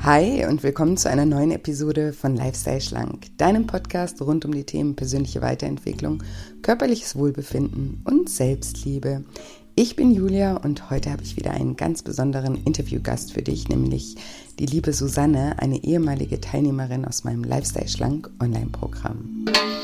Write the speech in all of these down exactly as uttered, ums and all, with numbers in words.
Hi und willkommen zu einer neuen Episode von Lifestyle Schlank, deinem Podcast rund um die Themen persönliche Weiterentwicklung, körperliches Wohlbefinden und Selbstliebe. Ich bin Julia und heute habe ich wieder einen ganz besonderen Interviewgast für dich, nämlich die liebe Susanne, eine ehemalige Teilnehmerin aus meinem Lifestyle Schlank Online-Programm.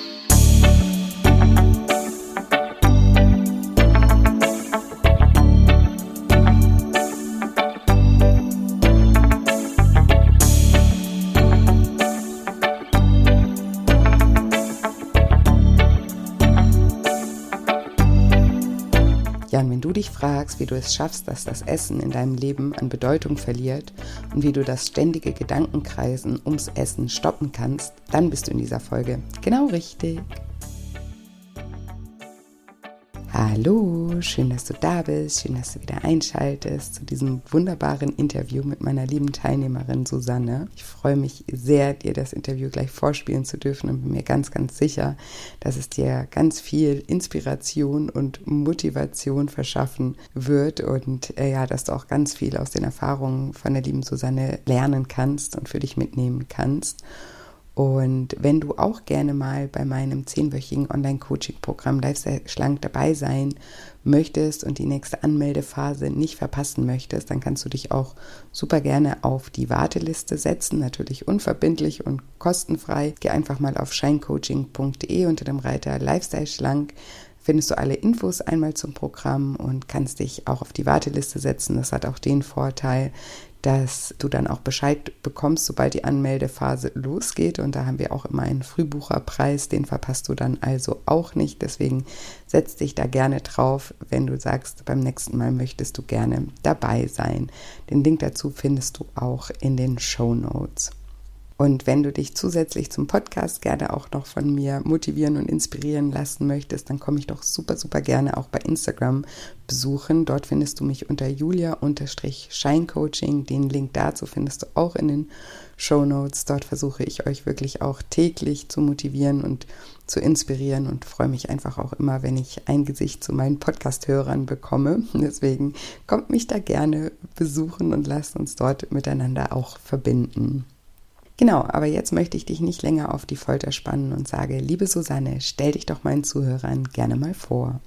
Ja, und wenn du dich fragst, wie du es schaffst, dass das Essen in deinem Leben an Bedeutung verliert und wie du das ständige Gedankenkreisen ums Essen stoppen kannst, dann bist du in dieser Folge genau richtig. Hallo, schön, dass du da bist, schön, dass du wieder einschaltest zu diesem wunderbaren Interview mit meiner lieben Teilnehmerin Susanne. Ich freue mich sehr, dir das Interview gleich vorspielen zu dürfen und bin mir ganz, ganz sicher, dass es dir ganz viel Inspiration und Motivation verschaffen wird und äh, ja, dass du auch ganz viel aus den Erfahrungen von der lieben Susanne lernen kannst und für dich mitnehmen kannst. Und wenn du auch gerne mal bei meinem zehnwöchigen Online-Coaching-Programm Lifestyle Schlank dabei sein möchtest und die nächste Anmeldephase nicht verpassen möchtest, dann kannst du dich auch super gerne auf die Warteliste setzen, natürlich unverbindlich und kostenfrei. Geh einfach mal auf shinecoaching punkt de unter dem Reiter Lifestyle Schlank. Findest du alle Infos einmal zum Programm und kannst dich auch auf die Warteliste setzen. Das hat auch den Vorteil, dass du dann auch Bescheid bekommst, sobald die Anmeldephase losgeht. Und da haben wir auch immer einen Frühbucherpreis, den verpasst du dann also auch nicht. Deswegen setz dich da gerne drauf, wenn du sagst, beim nächsten Mal möchtest du gerne dabei sein. Den Link dazu findest du auch in den Shownotes. Und wenn du dich zusätzlich zum Podcast gerne auch noch von mir motivieren und inspirieren lassen möchtest, dann komme ich doch super, super gerne auch bei Instagram besuchen. Dort findest du mich unter julia-shinecoaching. Den Link dazu findest du auch in den Shownotes. Dort versuche ich euch wirklich auch täglich zu motivieren und zu inspirieren und freue mich einfach auch immer, wenn ich ein Gesicht zu meinen Podcast-Hörern bekomme. Deswegen kommt mich da gerne besuchen und lasst uns dort miteinander auch verbinden. Genau, aber jetzt möchte ich dich nicht länger auf die Folter spannen und sage, liebe Susanne, stell dich doch meinen Zuhörern gerne mal vor.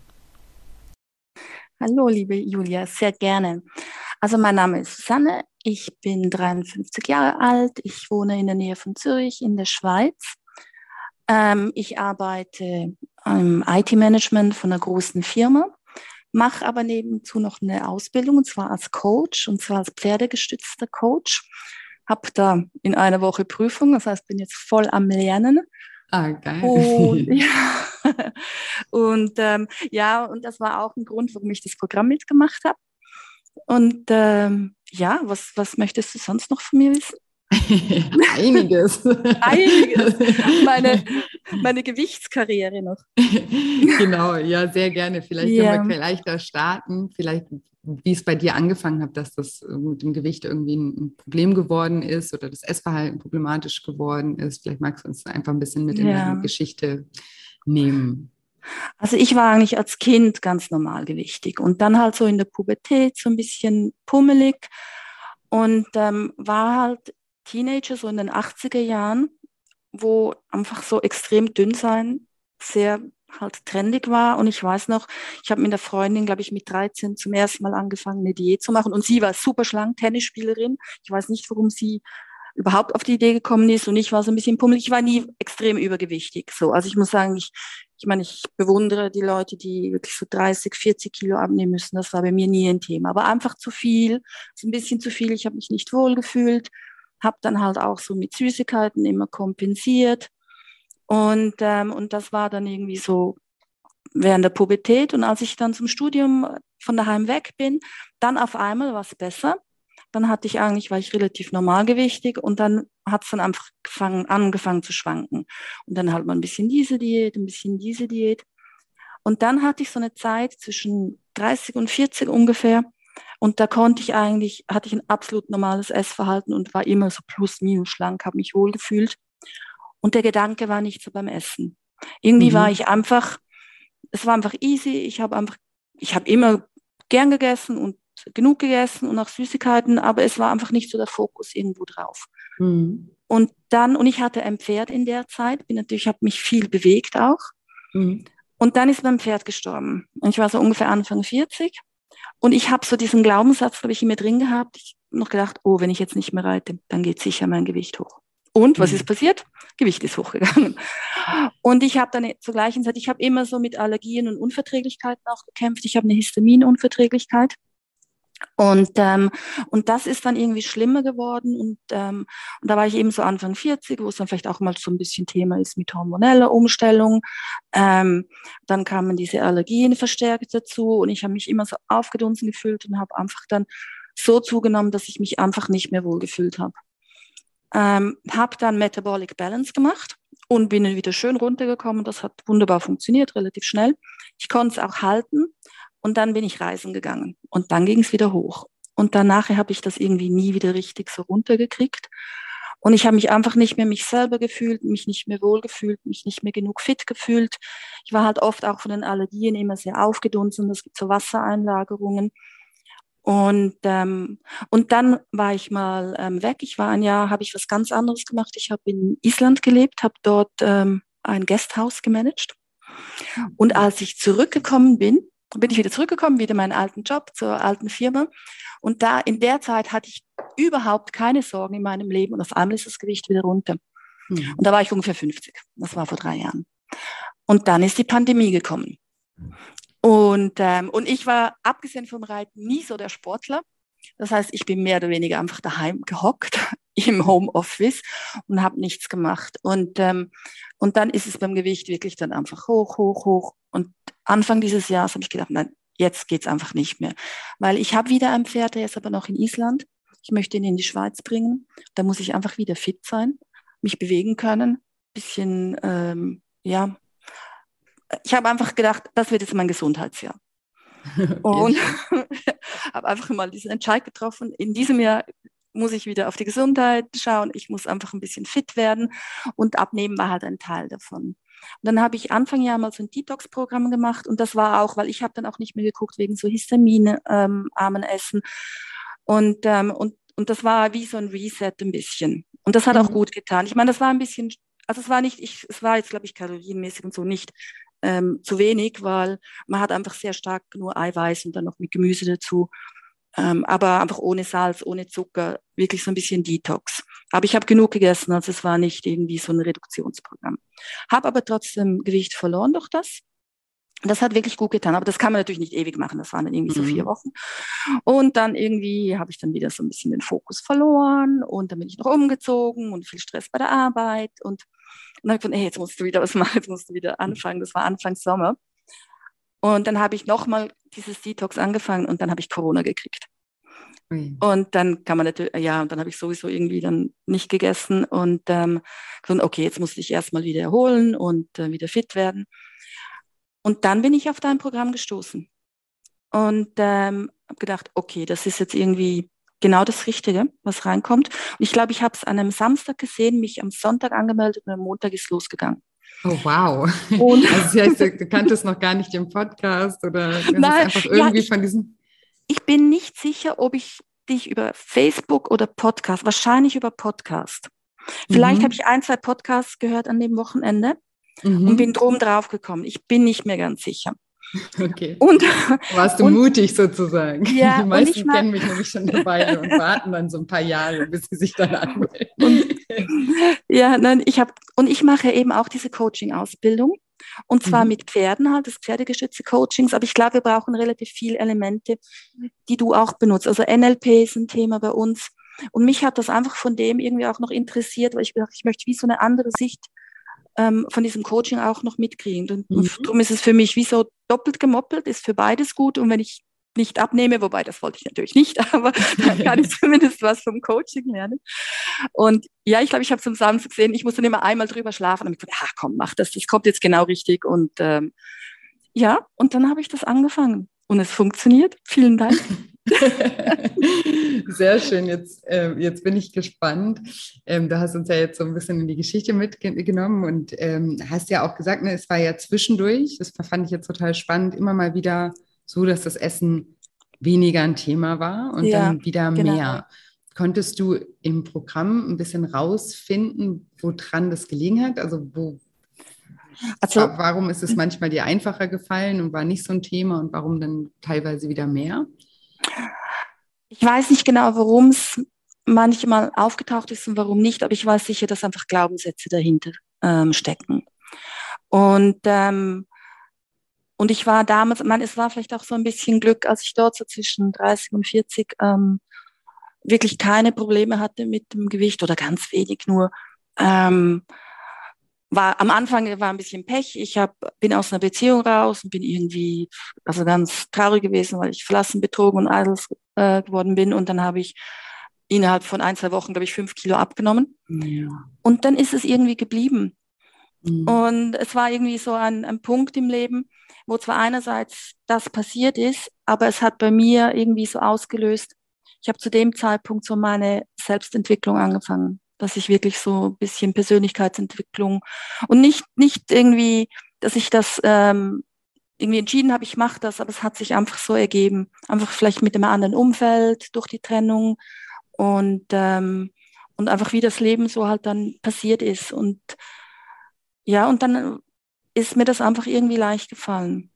Hallo, liebe Julia, sehr gerne. Also mein Name ist Susanne, ich bin dreiundfünfzig Jahre alt, ich wohne in der Nähe von Zürich in der Schweiz. Ähm, ich arbeite im I T-Management von einer großen Firma, mache aber nebenzu noch eine Ausbildung, und zwar als Coach, und zwar als pferdegestützter Coach. Habe da in einer Woche Prüfung, das heißt, bin jetzt voll am Lernen. Ah, geil. Und ja, und, ähm, ja, und das war auch ein Grund, warum ich das Programm mitgemacht habe. Und ähm, ja, was, was möchtest du sonst noch von mir wissen? Einiges. Einiges. Meine, meine Gewichtskarriere noch. Genau, ja, sehr gerne. Vielleicht Ja. können wir gleich da starten. Vielleicht, wie es bei dir angefangen hat, dass das mit dem Gewicht irgendwie ein Problem geworden ist oder das Essverhalten problematisch geworden ist. Vielleicht magst du uns einfach ein bisschen mit in Ja. deine Geschichte nehmen. Also ich war eigentlich als Kind ganz normalgewichtig und dann halt so in der Pubertät so ein bisschen pummelig und ähm, war halt Teenager so in den achtziger Jahren, wo einfach so extrem dünn sein sehr halt trendig war. Und ich weiß noch, ich habe mit der Freundin, glaube ich, mit dreizehn zum ersten Mal angefangen, eine Diät zu machen. Und sie war super schlank, Tennisspielerin. Ich weiß nicht, warum sie überhaupt auf die Idee gekommen ist. Und ich war so ein bisschen pummelig. Ich war nie extrem übergewichtig. So, also ich muss sagen, ich, ich meine, ich bewundere die Leute, die wirklich so dreißig, vierzig Kilo abnehmen müssen. Das war bei mir nie ein Thema. Aber einfach zu viel, so ein bisschen zu viel. Ich habe mich nicht wohl gefühlt. Habe dann halt auch so mit Süßigkeiten immer kompensiert. Und, ähm, und das war dann irgendwie so während der Pubertät. Und als ich dann zum Studium von daheim weg bin, dann auf einmal war es besser. Dann hatte ich eigentlich, war ich relativ normalgewichtig und dann hat es dann einfach gefangen, angefangen zu schwanken. Und dann halt mal ein bisschen diese Diät, ein bisschen diese Diät. Und dann hatte ich so eine Zeit zwischen dreißig und vierzig ungefähr. Und da konnte ich eigentlich, hatte ich ein absolut normales Essverhalten und war immer so plus minus schlank, habe mich wohlgefühlt. Und der Gedanke war nicht so beim Essen. Irgendwie mhm. war ich einfach, es war einfach easy. Ich habe einfach, ich habe immer gern gegessen und genug gegessen und auch Süßigkeiten, aber es war einfach nicht so der Fokus irgendwo drauf. Mhm. Und dann, und ich hatte ein Pferd in der Zeit, bin natürlich, habe mich viel bewegt auch. Mhm. Und dann ist mein Pferd gestorben. Und ich war so ungefähr Anfang vierzig. Und ich habe so diesen Glaubenssatz, glaube ich, in mir drin gehabt. Ich habe noch gedacht, oh, wenn ich jetzt nicht mehr reite, dann geht sicher mein Gewicht hoch. Und was mhm. ist passiert? Gewicht ist hochgegangen. Und ich habe dann zur gleichen Zeit, ich habe immer so mit Allergien und Unverträglichkeiten auch gekämpft. Ich habe eine Histaminunverträglichkeit. Und, ähm, und das ist dann irgendwie schlimmer geworden. Und, ähm, und da war ich eben so Anfang vierzig, wo es dann vielleicht auch mal so ein bisschen Thema ist mit hormoneller Umstellung. Ähm, dann kamen diese Allergien verstärkt dazu und ich habe mich immer so aufgedunsen gefühlt und habe einfach dann so zugenommen, dass ich mich einfach nicht mehr wohl gefühlt habe. Ähm, habe dann Metabolic Balance gemacht und bin dann wieder schön runtergekommen. Das hat wunderbar funktioniert, relativ schnell. Ich konnte es auch halten. Und dann bin ich reisen gegangen und dann ging es wieder hoch. Und danach habe ich das irgendwie nie wieder richtig so runtergekriegt. Und ich habe mich einfach nicht mehr mich selber gefühlt, mich nicht mehr wohl gefühlt, mich nicht mehr genug fit gefühlt. Ich war halt oft auch von den Allergien immer sehr aufgedunsen. Es gibt so Wassereinlagerungen. Und, ähm, und dann war ich mal ähm, weg. Ich war ein Jahr, habe ich was ganz anderes gemacht. Ich habe in Island gelebt, habe dort ähm, ein Guesthouse gemanagt. Und als ich zurückgekommen bin, bin ich wieder zurückgekommen, wieder meinen alten Job zur alten Firma. Und da in der Zeit hatte ich überhaupt keine Sorgen in meinem Leben und auf einmal ist das Gewicht wieder runter. Mhm. Und da war ich ungefähr fünfzig. Das war vor drei Jahren. Und dann ist die Pandemie gekommen. Und, ähm, und ich war, abgesehen vom Reiten, nie so der Sportler. Das heißt, ich bin mehr oder weniger einfach daheim gehockt im Homeoffice und habe nichts gemacht. Und, ähm, und dann ist es beim Gewicht wirklich dann einfach hoch, hoch, hoch. Und Anfang dieses Jahres habe ich gedacht, nein, jetzt geht's einfach nicht mehr. Weil ich habe wieder ein Pferd, der ist aber noch in Island. Ich möchte ihn in die Schweiz bringen. Da muss ich einfach wieder fit sein, mich bewegen können. Bisschen, ähm, ja. Ich habe einfach gedacht, das wird jetzt mein Gesundheitsjahr. Und habe einfach mal diesen Entscheid getroffen. In diesem Jahr muss ich wieder auf die Gesundheit schauen. Ich muss einfach ein bisschen fit werden. Und Abnehmen war halt ein Teil davon. Und dann habe ich Anfang Jahr mal so ein Detox-Programm gemacht. Und das war auch, weil ich habe dann auch nicht mehr geguckt wegen so Histamine, ähm, armen Essen. Und, ähm, und, und das war wie so ein Reset ein bisschen. Und das hat mhm. auch gut getan. Ich meine, das war ein bisschen, also es war nicht, ich, es war jetzt, glaube ich, kalorienmäßig und so nicht Ähm, zu wenig, weil man hat einfach sehr stark nur Eiweiß und dann noch mit Gemüse dazu, ähm, aber einfach ohne Salz, ohne Zucker, wirklich so ein bisschen Detox. Aber ich habe genug gegessen, also es war nicht irgendwie so ein Reduktionsprogramm. Habe aber trotzdem Gewicht verloren durch das. Das hat wirklich gut getan, aber das kann man natürlich nicht ewig machen, das waren dann irgendwie mhm. so vier Wochen. Und dann irgendwie habe ich dann wieder so ein bisschen den Fokus verloren und dann bin ich noch umgezogen und viel Stress bei der Arbeit und Und dann habe ich gedacht, hey, jetzt musst du wieder was machen, jetzt musst du wieder anfangen. Das war Anfang Sommer. Und dann habe ich nochmal dieses Detox angefangen und dann habe ich Corona gekriegt. Mhm. Und dann kann man natürlich, ja, und dann habe ich sowieso irgendwie dann nicht gegessen und ähm, gesagt, okay, jetzt musste ich erstmal wieder erholen und äh, wieder fit werden. Und dann bin ich auf dein Programm gestoßen und ähm, habe gedacht, okay, das ist jetzt irgendwie genau das Richtige, was reinkommt. Und ich glaube, ich habe es an einem Samstag gesehen, mich am Sonntag angemeldet und am Montag ist losgegangen. Oh, wow. Und also das heißt, du kanntest noch gar nicht den Podcast oder das Nein, ist einfach irgendwie ja, ich, von diesem... Ich bin nicht sicher, ob ich dich über Facebook oder Podcast, wahrscheinlich über Podcast. Vielleicht mhm. habe ich ein, zwei Podcasts gehört an dem Wochenende mhm. und bin drum drauf gekommen. Ich bin nicht mehr ganz sicher. Okay. Und, warst du und, mutig sozusagen? Ja, die meisten mal, kennen mich nämlich schon eine Weile und warten dann so ein paar Jahre, bis sie sich dann anmelden. Und, ja, nein, ich habe und ich mache eben auch diese Coaching-Ausbildung und zwar mhm. mit Pferden halt, das pferdegestützte Coachings, aber ich glaube, wir brauchen relativ viele Elemente, die du auch benutzt. Also N L P ist ein Thema bei uns und mich hat das einfach von dem irgendwie auch noch interessiert, weil ich gedacht, ich möchte wie so eine andere Sicht von diesem Coaching auch noch mitkriegen. Und, mhm. und darum ist es für mich wie so doppelt gemoppelt, ist für beides gut. Und wenn ich nicht abnehme, wobei das wollte ich natürlich nicht, aber dann kann ich zumindest was vom Coaching lernen. Und ja, ich glaube, ich habe es am Samstag gesehen, ich muss dann immer einmal drüber schlafen und ich gedacht, ach komm, mach das, das kommt jetzt genau richtig. Und ähm, ja, und dann habe ich das angefangen. Und es funktioniert. Vielen Dank. Sehr schön, jetzt, äh, jetzt bin ich gespannt. Ähm, du hast uns ja jetzt so ein bisschen in die Geschichte mitgenommen und ähm, hast ja auch gesagt, ne, es war ja zwischendurch, das fand ich jetzt total spannend, immer mal wieder so, dass das Essen weniger ein Thema war und Ja, dann wieder genau. mehr. Konntest du im Programm ein bisschen rausfinden, woran das gelegen hat? Also wo, Also warum ist es manchmal dir einfacher gefallen und war nicht so ein Thema und warum dann teilweise wieder mehr? ich weiß nicht genau, warum es manchmal aufgetaucht ist und warum nicht, aber ich weiß sicher, dass einfach Glaubenssätze dahinter ähm, stecken. Und, ähm, und ich war damals, ich meine, es war vielleicht auch so ein bisschen Glück, als ich dort so zwischen dreißig und vierzig ähm, wirklich keine Probleme hatte mit dem Gewicht oder ganz wenig nur. Ähm, war am Anfang war ein bisschen Pech. Ich hab, bin aus einer Beziehung raus und bin irgendwie also ganz traurig gewesen, weil ich verlassen, betrogen und eitel äh, geworden bin. Und dann habe ich innerhalb von ein, zwei Wochen, glaube ich, fünf Kilo abgenommen. Mhm. Und dann ist es irgendwie geblieben. Mhm. Und es war irgendwie so ein, ein Punkt im Leben, wo zwar einerseits das passiert ist, aber es hat bei mir irgendwie so ausgelöst. Ich habe zu dem Zeitpunkt so meine Selbstentwicklung angefangen, dass ich wirklich so ein bisschen Persönlichkeitsentwicklung und nicht, nicht irgendwie, dass ich das ähm, irgendwie entschieden habe, ich mache das, aber es hat sich einfach so ergeben. Einfach vielleicht mit einem anderen Umfeld, durch die Trennung und, ähm, und einfach wie das Leben so halt dann passiert ist. Und ja, und dann ist mir das einfach irgendwie leicht gefallen.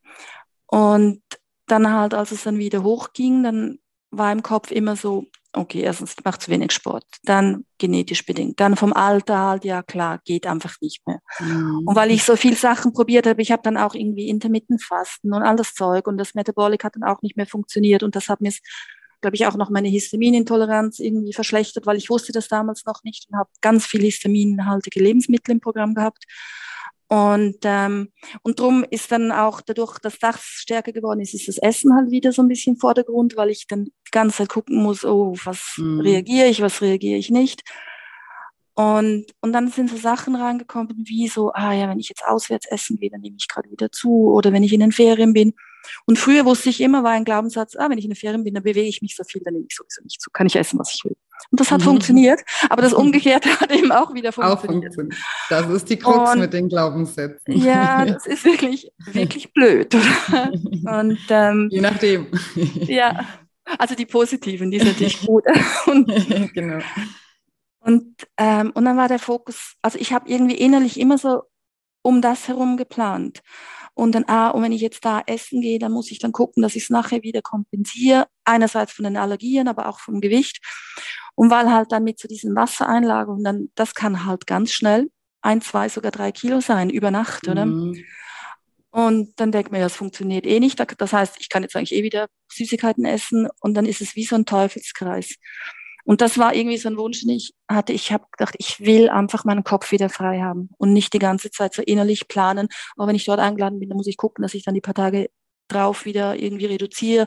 Und dann halt, als es dann wieder hochging, dann war im Kopf immer so, okay, erstens, ich mache zu wenig Sport, dann genetisch bedingt, dann vom Alter halt, ja klar, geht einfach nicht mehr. Und weil ich Mhm. so viel Sachen probiert habe, ich habe dann auch irgendwie Intermittent Fasten und all das Zeug und das Metabolic hat dann auch nicht mehr funktioniert und das hat mir, glaube ich, auch noch meine Histaminintoleranz irgendwie verschlechtert, weil ich wusste das damals noch nicht und habe ganz viel histaminhaltige Lebensmittel im Programm gehabt. Und, ähm, und darum ist dann auch dadurch, dass das stärker geworden ist, ist das Essen halt wieder so ein bisschen im Vordergrund, weil ich dann die ganze Zeit gucken muss, oh, was Mhm. reagiere ich, was reagiere ich nicht. Und, und dann sind so Sachen reingekommen, wie so, ah ja, wenn ich jetzt auswärts essen gehe, dann nehme ich gerade wieder zu. Oder wenn ich in den Ferien bin. Und früher wusste ich immer, war ein Glaubenssatz, ah, wenn ich in den Ferien bin, dann bewege ich mich so viel, dann nehme ich sowieso nicht zu. Kann ich essen, was ich will. Und das hat Mhm. funktioniert. Aber das Umgekehrte hat eben auch wieder Auch funktioniert. funktioniert. Das ist die Krux mit Und den Glaubenssätzen. ja, das ist wirklich, wirklich blöd. Oder? Und ähm, Je nachdem. ja, also die positiven, die sind natürlich gut. Und, Genau. und, ähm, und dann war der Fokus, also ich habe irgendwie innerlich immer so um das herum geplant. Und dann, ah, und wenn ich jetzt da essen gehe, dann muss ich dann gucken, dass ich es nachher wieder kompensiere. Einerseits von den Allergien, aber auch vom Gewicht. Und weil halt dann mit so diesen Wassereinlagerungen, dann, das kann halt ganz schnell ein, zwei, sogar drei Kilo sein über Nacht, oder? Mhm. Und dann denkt man, ja, das funktioniert eh nicht. Das heißt, ich kann jetzt eigentlich eh wieder Süßigkeiten essen und dann ist es wie so ein Teufelskreis. Und das war irgendwie so ein Wunsch, den ich hatte. Ich habe gedacht, ich will einfach meinen Kopf wieder frei haben und nicht die ganze Zeit so innerlich planen. Aber wenn ich dort eingeladen bin, dann muss ich gucken, dass ich dann die paar Tage drauf wieder irgendwie reduziere,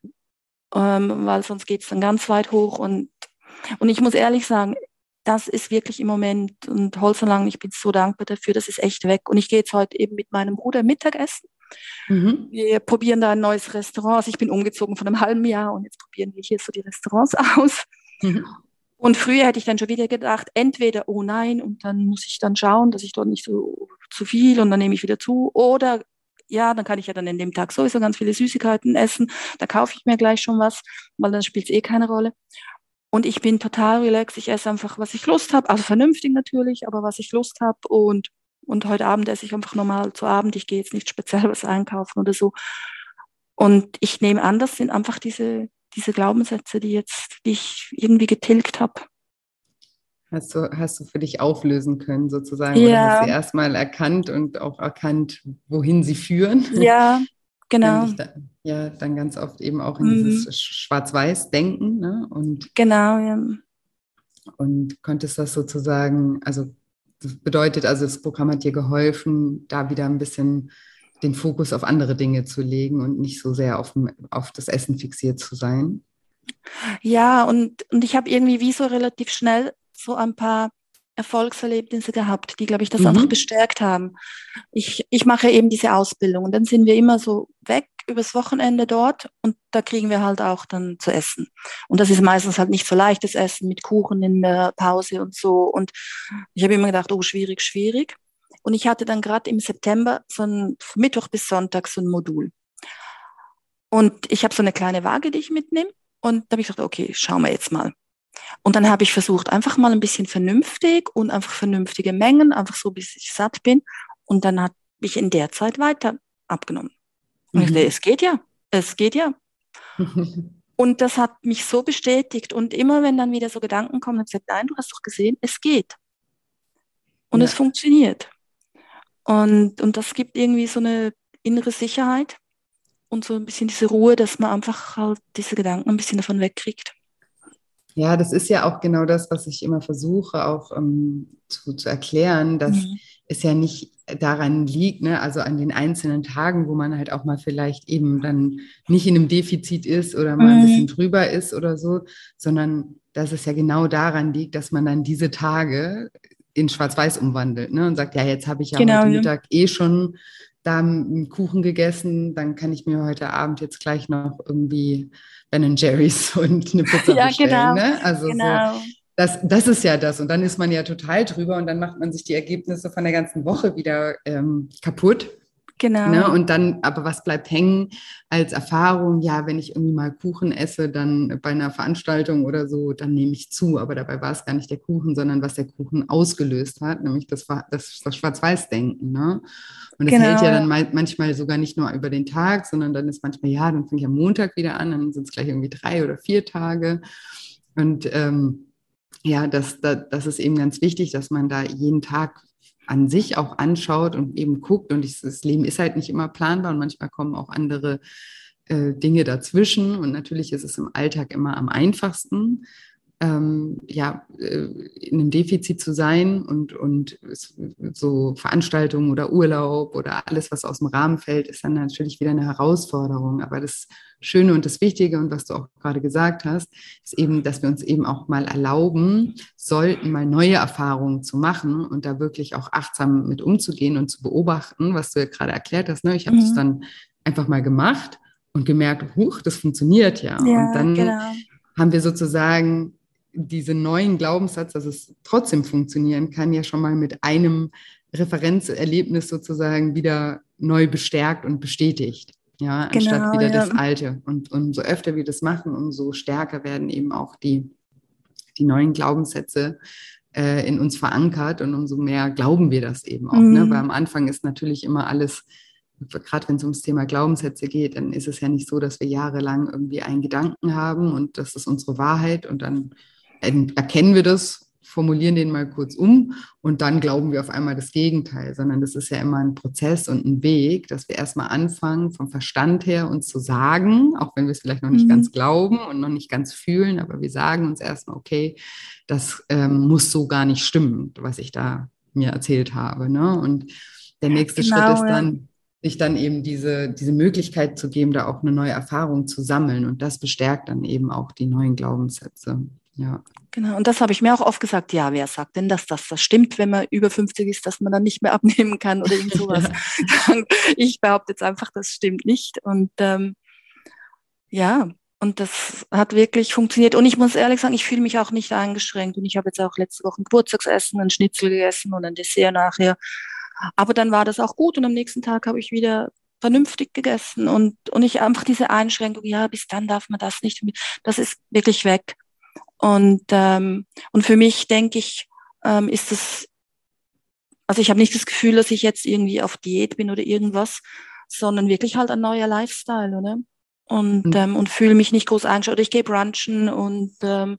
ähm, weil sonst geht es dann ganz weit hoch. Und, und ich muss ehrlich sagen, das ist wirklich im Moment, und Holzerlang, ich bin so dankbar dafür, das ist echt weg. Und ich gehe jetzt heute eben mit meinem Bruder Mittagessen. Mhm. Wir probieren da ein neues Restaurant. Also ich bin umgezogen von einem halben Jahr und jetzt probieren wir hier so die Restaurants aus. Mhm. Und früher hätte ich dann schon wieder gedacht, entweder, oh nein, und dann muss ich dann schauen, dass ich dort nicht so zu viel und dann nehme ich wieder zu. Oder ja, dann kann ich ja dann in dem Tag sowieso ganz viele Süßigkeiten essen. Da kaufe ich mir gleich schon was, weil dann spielt es eh keine Rolle. Und ich bin total relaxed. Ich esse einfach, was ich Lust habe. Also vernünftig natürlich, aber was ich Lust habe. Und, und heute Abend esse ich einfach normal zu Abend. Ich gehe jetzt nicht speziell was einkaufen oder so. Und ich nehme an, das sind einfach diese, diese Glaubenssätze, die jetzt, die ich irgendwie getilgt habe. Hast du, hast du für dich auflösen können, sozusagen, oder hast sie Ja, erstmal erkannt und auch erkannt, wohin sie führen? ja, genau. Nämlich da, ja, dann ganz oft eben auch in dieses Mhm, Schwarz-Weiß-Denken, ne? Und, genau, ja. und konntest das sozusagen, also das bedeutet, also das Programm hat dir geholfen, da wieder ein bisschen den Fokus auf andere Dinge zu legen und nicht so sehr auf, auf das Essen fixiert zu sein. Ja, und, und ich habe irgendwie wie so relativ schnell so ein paar Erfolgserlebnisse gehabt, die, glaube ich, das einfach Mhm. bestärkt haben. Ich, ich mache eben diese Ausbildung und dann sind wir immer so weg übers Wochenende dort und da kriegen wir halt auch dann zu essen. Und das ist meistens halt nicht so leichtes Essen mit Kuchen in der Pause und so. Und ich habe immer gedacht, oh, schwierig, schwierig. Und ich hatte dann gerade im September so ein Mittwoch bis Sonntag so ein Modul. Und ich habe so eine kleine Waage, die ich mitnehme. Und da habe ich gedacht, okay, schauen wir jetzt mal. Und dann habe ich versucht, einfach mal ein bisschen vernünftig und einfach vernünftige Mengen, einfach so, bis ich satt bin. Und dann habe ich in der Zeit weiter abgenommen. Und ich dachte, Mhm. es geht ja, es geht ja. Und das hat mich so bestätigt. Und immer wenn dann wieder so Gedanken kommen, habe ich gesagt, nein, du hast doch gesehen, es geht. Und es Ja. funktioniert. Und, und das gibt irgendwie so eine innere Sicherheit und so ein bisschen diese Ruhe, dass man einfach halt diese Gedanken ein bisschen davon wegkriegt. Ja, das ist ja auch genau das, was ich immer versuche, auch ähm, zu, zu erklären, dass Mhm. es ja nicht daran liegt, ne, also an den einzelnen Tagen, wo man halt auch mal vielleicht eben dann nicht in einem Defizit ist oder mal ein bisschen Mhm. drüber ist oder so, sondern dass es ja genau daran liegt, dass man dann diese Tage in Schwarz-Weiß umwandelt, ne, und sagt, ja, jetzt habe ich ja Genau, heute ja. Mittag eh schon da einen Kuchen gegessen, dann kann ich mir heute Abend jetzt gleich noch irgendwie Ben and Jerry's und eine Pizza Ja, bestellen, genau, ne? Also so, genau. das, das ist ja das. Und dann ist man ja total drüber und dann macht man sich die Ergebnisse von der ganzen Woche wieder ähm, kaputt. Ne? Genau, Und dann, aber was bleibt hängen als Erfahrung? Ja, wenn ich irgendwie mal Kuchen esse, dann bei einer Veranstaltung oder so, dann nehme ich zu. Aber dabei war es gar nicht der Kuchen, sondern was der Kuchen ausgelöst hat, nämlich das, das, das Schwarz-Weiß-Denken. Ne? Und das hält genau, ja ja. dann manchmal sogar nicht nur über den Tag, sondern dann ist manchmal, ja, dann fange ich am Montag wieder an, dann sind es gleich irgendwie drei oder vier Tage. Und ähm, ja, das, das, das ist eben ganz wichtig, dass man da jeden Tag an sich auch anschaut und eben guckt. Und ich, das Leben ist halt nicht immer planbar und manchmal kommen auch andere äh, Dinge dazwischen. Und natürlich ist es im Alltag immer am einfachsten, ähm, ja, äh, in einem Defizit zu sein und, und so Veranstaltungen oder Urlaub oder alles, was aus dem Rahmen fällt, ist dann natürlich wieder eine Herausforderung. Aber das Schöne und das Wichtige und was du auch gerade gesagt hast, ist eben, dass wir uns eben auch mal erlauben sollten, mal neue Erfahrungen zu machen und da wirklich auch achtsam mit umzugehen und zu beobachten, was du ja gerade erklärt hast. Ne? Ich habe das Mhm. dann einfach mal gemacht und gemerkt, huch, das funktioniert ja. Und Ja, dann genau. haben wir sozusagen diesen neuen Glaubenssatz, dass es trotzdem funktionieren kann, ja schon mal mit einem Referenzerlebnis sozusagen wieder neu bestärkt und bestätigt, ja, anstatt Genau, wieder ja. das Alte. Und umso öfter wir das machen, umso stärker werden eben auch die, die neuen Glaubenssätze äh, in uns verankert und umso mehr glauben wir das eben auch, ne? Weil Mhm. am Anfang ist natürlich immer alles, gerade wenn es ums Thema Glaubenssätze geht, dann ist es ja nicht so, dass wir jahrelang irgendwie einen Gedanken haben und das ist unsere Wahrheit und dann erkennen wir das, formulieren den mal kurz um und dann glauben wir auf einmal das Gegenteil, sondern das ist ja immer ein Prozess und ein Weg, dass wir erstmal anfangen, vom Verstand her uns zu sagen, auch wenn wir es vielleicht noch nicht Mhm. ganz glauben und noch nicht ganz fühlen, aber wir sagen uns erstmal, okay, das ähm, muss so gar nicht stimmen, was ich da mir erzählt habe. Ne? Und der nächste Schritt Genau, ist ja. dann, sich dann eben diese, diese Möglichkeit zu geben, da auch eine neue Erfahrung zu sammeln. Und das bestärkt dann eben auch die neuen Glaubenssätze. Ja. Genau, und das habe ich mir auch oft gesagt, ja, wer sagt denn, dass das, das stimmt, wenn man über fünfzig ist, dass man dann nicht mehr abnehmen kann oder irgend sowas. Ja. Ich behaupte jetzt einfach, das stimmt nicht. Und ähm, ja, und das hat wirklich funktioniert. Und ich muss ehrlich sagen, ich fühle mich auch nicht eingeschränkt. Und ich habe jetzt auch letzte Woche ein Geburtstagsessen, ein Schnitzel gegessen und ein Dessert nachher. Aber dann war das auch gut und am nächsten Tag habe ich wieder vernünftig gegessen und, und ich einfach diese Einschränkung, ja, bis dann darf man das nicht, das ist wirklich weg. Und, ähm, und für mich denke ich, ähm, ist es, also ich habe nicht das Gefühl, dass ich jetzt irgendwie auf Diät bin oder irgendwas, sondern wirklich halt ein neuer Lifestyle, oder? Und, Und, ähm, und fühle mich nicht groß eingeschränkt. Oder ich gehe brunchen und ähm,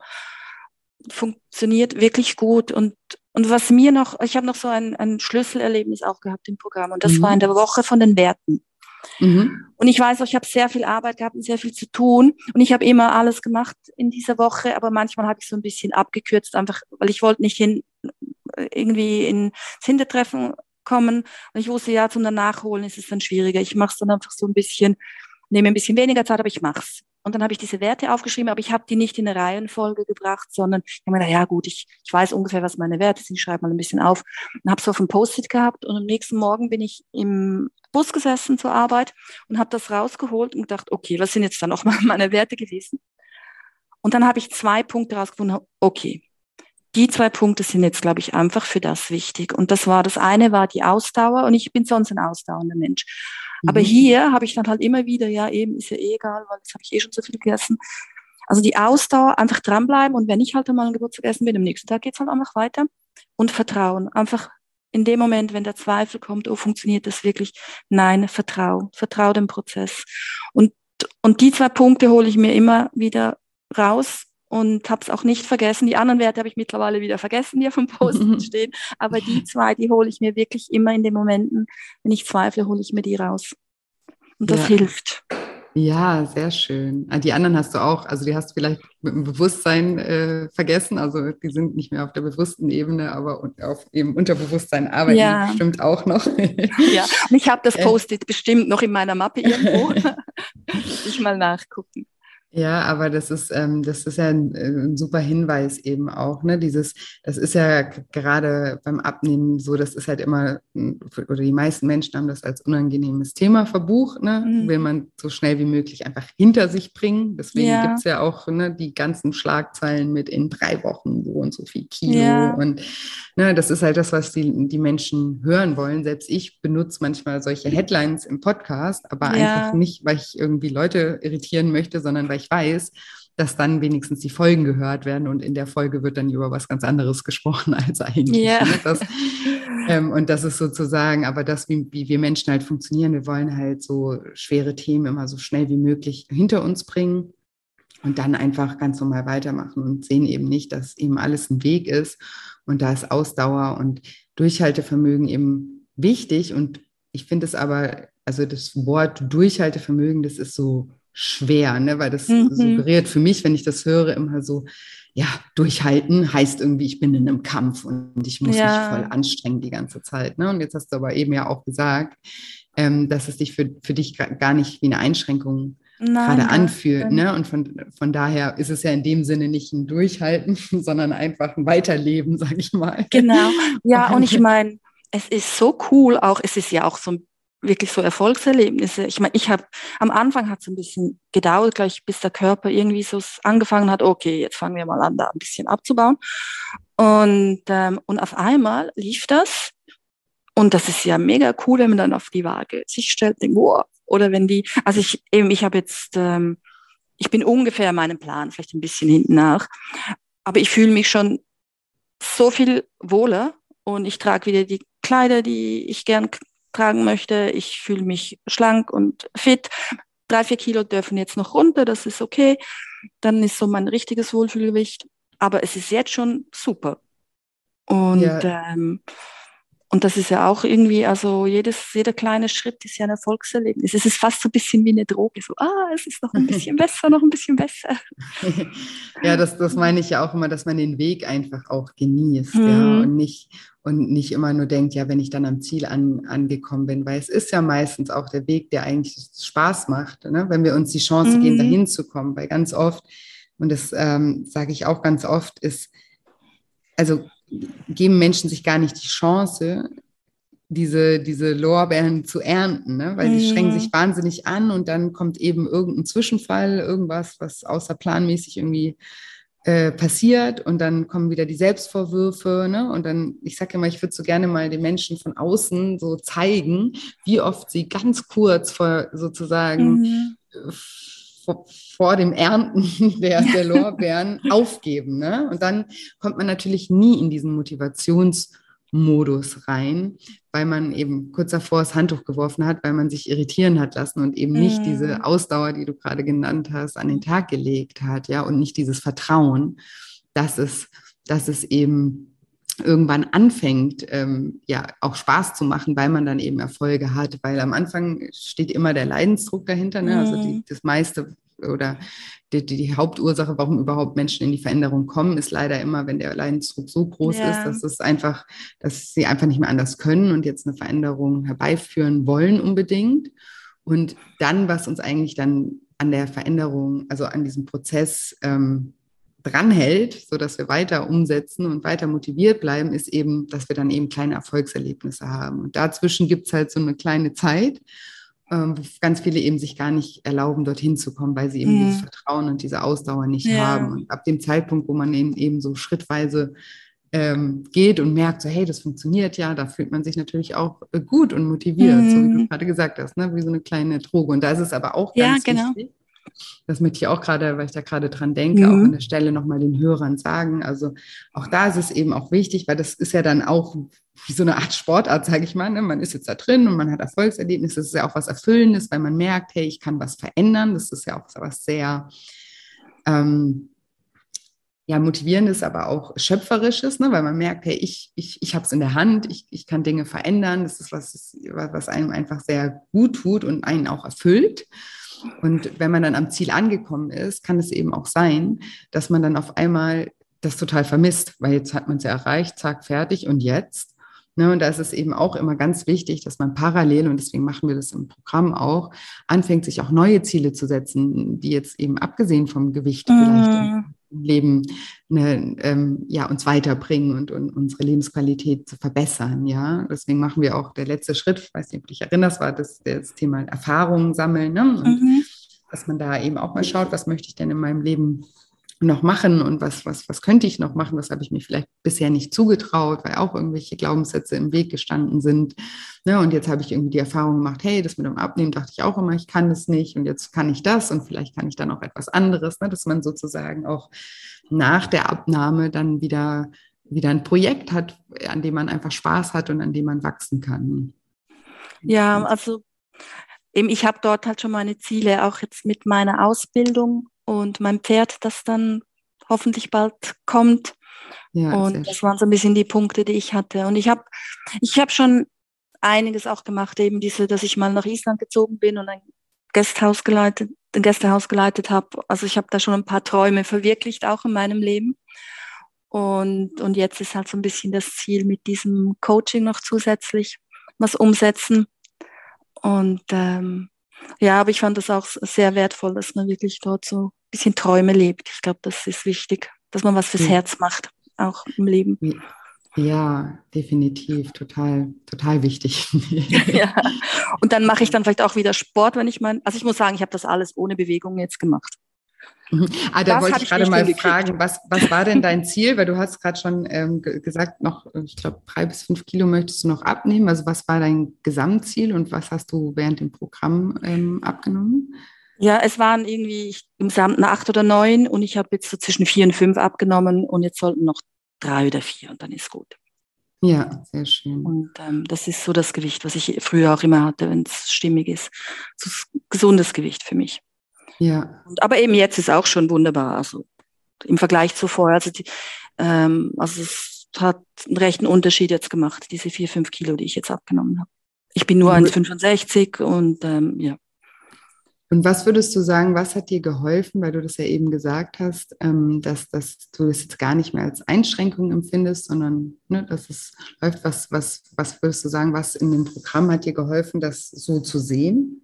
funktioniert wirklich gut. Und, und was mir noch, ich habe noch so ein, ein Schlüsselerlebnis auch gehabt im Programm und das war in der mhm. Woche von den Werten. Mhm. Und ich weiß auch, ich habe sehr viel Arbeit gehabt und sehr viel zu tun. Und ich habe immer alles gemacht in dieser Woche, aber manchmal habe ich so ein bisschen abgekürzt, einfach, weil ich wollte nicht hin, irgendwie ins Hintertreffen kommen. Und ich wusste, ja, zum Nachholen ist es dann schwieriger. Ich mache es dann einfach so ein bisschen, nehme ein bisschen weniger Zeit, aber ich mach's. Und dann habe ich diese Werte aufgeschrieben, aber ich habe die nicht in eine Reihenfolge gebracht, sondern ich habe mir gedacht, ja gut, ich, ich weiß ungefähr, was meine Werte sind, ich schreibe mal ein bisschen auf. Und habe so auf ein Post-it gehabt und am nächsten Morgen bin ich im Bus gesessen zur Arbeit und habe das rausgeholt und gedacht, okay, was sind jetzt dann nochmal meine Werte gewesen? Und dann habe ich zwei Punkte rausgefunden, okay, die zwei Punkte sind jetzt, glaube ich, einfach für das wichtig. Und das war, das eine war die Ausdauer und ich bin sonst ein ausdauernder Mensch. Aber Mhm. hier habe ich dann halt immer wieder, ja eben, ist ja eh egal, weil jetzt habe ich eh schon so viel gegessen. Also die Ausdauer, einfach dranbleiben und wenn ich halt einmal ein Geburtstag essen bin, am nächsten Tag geht's halt einfach weiter und Vertrauen. Einfach in dem Moment, wenn der Zweifel kommt, oh, funktioniert das wirklich? Nein, vertrau, vertrau dem Prozess. Und, und die zwei Punkte hole ich mir immer wieder raus und habe es auch nicht vergessen. Die anderen Werte habe ich mittlerweile wieder vergessen, die auf dem Post stehen. Aber die zwei, die hole ich mir wirklich immer in den Momenten, wenn ich zweifle, hole ich mir die raus. Und das Ja. hilft. Ja, sehr schön. Die anderen hast du auch, also die hast du vielleicht mit dem Bewusstsein äh, vergessen, also die sind nicht mehr auf der bewussten Ebene, aber auf eben Unterbewusstsein arbeiten die Ja. bestimmt auch noch. Ja, und ich habe das Post-it bestimmt noch in meiner Mappe irgendwo. Ich mal nachgucken. Ja, aber das ist, ähm, das ist ja ein, ein super Hinweis eben auch, ne? Dieses, das ist ja g- gerade beim Abnehmen so, das ist halt immer, m, oder die meisten Menschen haben das als unangenehmes Thema verbucht, ne? Will Mhm. man so schnell wie möglich einfach hinter sich bringen. Deswegen Ja, gibt's ja auch, ne, die ganzen Schlagzeilen mit in drei Wochen so und so viel Kilo. ja, Und ne, das ist halt das, was die, die Menschen hören wollen. Selbst ich benutze manchmal solche Headlines im Podcast, aber einfach ja, nicht, weil ich irgendwie Leute irritieren möchte, sondern weil ich weiß, dass dann wenigstens die Folgen gehört werden und in der Folge wird dann über was ganz anderes gesprochen als eigentlich. ja. Ne? Das, ähm, und das ist sozusagen, aber das, wie, wie wir Menschen halt funktionieren, wir wollen halt so schwere Themen immer so schnell wie möglich hinter uns bringen und dann einfach ganz normal weitermachen und sehen eben nicht, dass eben alles ein Weg ist und da ist Ausdauer und Durchhaltevermögen eben wichtig und ich finde es aber, also das Wort Durchhaltevermögen, das ist so schwer, ne? Weil das Mhm. suggeriert für mich, wenn ich das höre, immer so, ja, durchhalten heißt irgendwie, ich bin in einem Kampf und ich muss mich voll Ja, anstrengen die ganze Zeit. Ne? Und jetzt hast du aber eben ja auch gesagt, ähm, dass es dich für, für dich gar nicht wie eine Einschränkung nein, gerade gar anfühlt. nicht. Ne? Und von, von daher ist es ja in dem Sinne nicht ein Durchhalten, sondern einfach ein Weiterleben, sag ich mal. Genau. Ja, und ich Und, meine, es ist so cool, auch es ist ja auch so wirklich so Erfolgserlebnisse. Ich meine, ich habe am Anfang hat es ein bisschen gedauert, gleich bis der Körper irgendwie so angefangen hat, okay, jetzt fangen wir mal an, da ein bisschen abzubauen. Und, ähm, und auf einmal lief das. Und das ist ja mega cool, wenn man dann auf die Waage sich stellt, denkt, wow. Oder wenn die, also ich eben, ich habe jetzt, ähm, ich bin ungefähr meinem Plan, vielleicht ein bisschen hinten nach, aber ich fühle mich schon so viel wohler und ich trage wieder die Kleider, die ich gern tragen möchte. Ich fühle mich schlank und fit. Drei, vier Kilo dürfen jetzt noch runter, das ist okay. Dann ist so mein richtiges Wohlfühlgewicht. Aber es ist jetzt schon super. Und, ja, ähm, und das ist ja auch irgendwie, also jedes, jeder kleine Schritt ist ja ein Erfolgserlebnis. Es ist fast so ein bisschen wie eine Droge. So, ah, es ist noch ein bisschen besser, noch ein bisschen besser. ja, das, das meine ich ja auch immer, dass man den Weg einfach auch genießt, ja, Mhm. und nicht, und nicht immer nur denkt, ja, wenn ich dann am Ziel an, angekommen bin, weil es ist ja meistens auch der Weg, der eigentlich Spaß macht, ne? Wenn wir uns die Chance geben, Mhm. dahin zu kommen, weil ganz oft, und das ähm, sage ich auch ganz oft, ist, also geben Menschen sich gar nicht die Chance, diese, diese Lorbeeren zu ernten, ne? Weil sie strengen sich Mhm. wahnsinnig an und dann kommt eben irgendein Zwischenfall, irgendwas, was außerplanmäßig irgendwie äh, passiert und dann kommen wieder die Selbstvorwürfe, ne? Und dann, ich sage immer, ich würde so gerne mal den Menschen von außen so zeigen, wie oft sie ganz kurz vor sozusagen Mhm. äh, vor, vor dem Ernten der, der Lorbeeren aufgeben, ne? Und dann kommt man natürlich nie in diesen Motivationsmodus rein, weil man eben kurz davor das Handtuch geworfen hat, weil man sich irritieren hat lassen und eben nicht diese Mhm. Ausdauer, die du gerade genannt hast, an den Tag gelegt hat, ja, und nicht dieses Vertrauen, dass es, dass es eben irgendwann anfängt, ähm, ja, auch Spaß zu machen, weil man dann eben Erfolge hat, weil am Anfang steht immer der Leidensdruck dahinter, ne? Also die, Mhm. das meiste oder die, die, die Hauptursache, warum überhaupt Menschen in die Veränderung kommen, ist leider immer, wenn der Leidensdruck so groß ist, Ja. dass es einfach, dass sie einfach nicht mehr anders können und jetzt eine Veränderung herbeiführen wollen unbedingt. Und dann, was uns eigentlich dann an der Veränderung, also an diesem Prozess ähm, dranhält, sodass wir weiter umsetzen und weiter motiviert bleiben, ist eben, dass wir dann eben kleine Erfolgserlebnisse haben. Und dazwischen gibt es halt so eine kleine Zeit, ähm, wo ganz viele eben sich gar nicht erlauben, dorthin zu kommen, weil sie eben dieses Mhm. Vertrauen und diese Ausdauer nicht haben. Ja. Und ab dem Zeitpunkt, wo man eben, eben so schrittweise ähm, geht und merkt, so hey, das funktioniert ja, da fühlt man sich natürlich auch äh, gut und motiviert, so wie du Mhm. gerade gesagt hast, ne? Wie so eine kleine Droge. Und da ist es aber auch Ja, ganz genau. wichtig, das möchte ich auch gerade, weil ich da gerade dran denke, auch an Mhm. der Stelle nochmal den Hörern sagen. Also auch da ist es eben auch wichtig, weil das ist ja dann auch wie so eine Art Sportart, sage ich mal. Ne? Man ist jetzt da drin und man hat Erfolgserlebnisse. Das ist ja auch was Erfüllendes, weil man merkt, hey, ich kann was verändern. Das ist ja auch was sehr ähm, ja, motivierendes, aber auch schöpferisches, ne? Weil man merkt, hey, ich, ich, ich habe es in der Hand, ich, ich kann Dinge verändern. Das ist was, was einem einfach sehr gut tut und einen auch erfüllt. Und wenn man dann am Ziel angekommen ist, kann es eben auch sein, dass man dann auf einmal das total vermisst, weil jetzt hat man es ja erreicht, zack, fertig und jetzt. Ne, und da ist es eben auch immer ganz wichtig, dass man parallel, und deswegen machen wir das im Programm auch, anfängt, sich auch neue Ziele zu setzen, die jetzt eben abgesehen vom Gewicht vielleicht im Mhm. Leben eine, ähm, ja, uns weiterbringen und, und unsere Lebensqualität zu verbessern. Ja, deswegen machen wir auch der letzte Schritt, ich weiß nicht, ob du dich erinnerst, war das, das Thema Erfahrungen sammeln, ne? Und Mhm. dass man da eben auch mal schaut, was möchte ich denn in meinem Leben noch machen und was, was, was könnte ich noch machen, was habe ich mir vielleicht bisher nicht zugetraut, weil auch irgendwelche Glaubenssätze im Weg gestanden sind. Ne? Und jetzt habe ich irgendwie die Erfahrung gemacht, hey, das mit dem Abnehmen dachte ich auch immer, ich kann das nicht und jetzt kann ich das und vielleicht kann ich dann auch etwas anderes, ne? Dass man sozusagen auch nach der Abnahme dann wieder, wieder ein Projekt hat, an dem man einfach Spaß hat und an dem man wachsen kann. Ja, also eben, ich habe dort halt schon meine Ziele, auch jetzt mit meiner Ausbildung und meinem Pferd, das dann hoffentlich bald kommt. Ja, Und sehr das schön. waren so ein bisschen die Punkte, die ich hatte. Und ich habe ich hab schon einiges auch gemacht, eben diese, dass ich mal nach Island gezogen bin und ein Gasthaus geleitet, ein Gästehaus geleitet habe. Also ich habe da schon ein paar Träume verwirklicht, auch in meinem Leben. Und, und jetzt ist halt so ein bisschen das Ziel mit diesem Coaching noch zusätzlich was umsetzen. Und ähm, ja, aber ich fand das auch sehr wertvoll, dass man wirklich dort so ein bisschen Träume lebt. Ich glaube, das ist wichtig, dass man was fürs Ja. Herz macht, auch im Leben. Ja, definitiv, total, total wichtig. Ja. Und dann mache ich dann vielleicht auch wieder Sport, wenn ich mein, also ich muss sagen, ich habe das alles ohne Bewegung jetzt gemacht. Mhm. Ah, da Das wollte habe ich ich gerade nicht mal hingekriegt. fragen, was, was war denn dein Ziel? Weil du hast gerade schon ähm, ge- gesagt, noch, äh, ich glaube, drei bis fünf Kilo möchtest du noch abnehmen. Also was war dein Gesamtziel und was hast du während dem Programm ähm, abgenommen? Ja, es waren irgendwie ich, im Gesamten acht oder neun und ich habe jetzt so zwischen vier und fünf abgenommen und jetzt sollten noch drei oder vier und dann ist gut. Ja, sehr schön. Und ähm, das ist so das Gewicht, was ich früher auch immer hatte, wenn es stimmig ist. So ein gesundes Gewicht für mich. Ja, Und, aber eben jetzt ist auch schon wunderbar, also im Vergleich zu vorher. Also, die, ähm, also es hat einen rechten Unterschied jetzt gemacht, diese vier, fünf Kilo, die ich jetzt abgenommen habe. Ich bin nur und, wür- eins Komma fünfundsechzig und ähm, ja. und was würdest du sagen, was hat dir geholfen, weil du das ja eben gesagt hast, ähm, dass, dass du das jetzt gar nicht mehr als Einschränkung empfindest, sondern ne, dass es läuft, was, was, was würdest du sagen, was in dem Programm hat dir geholfen, das so zu sehen?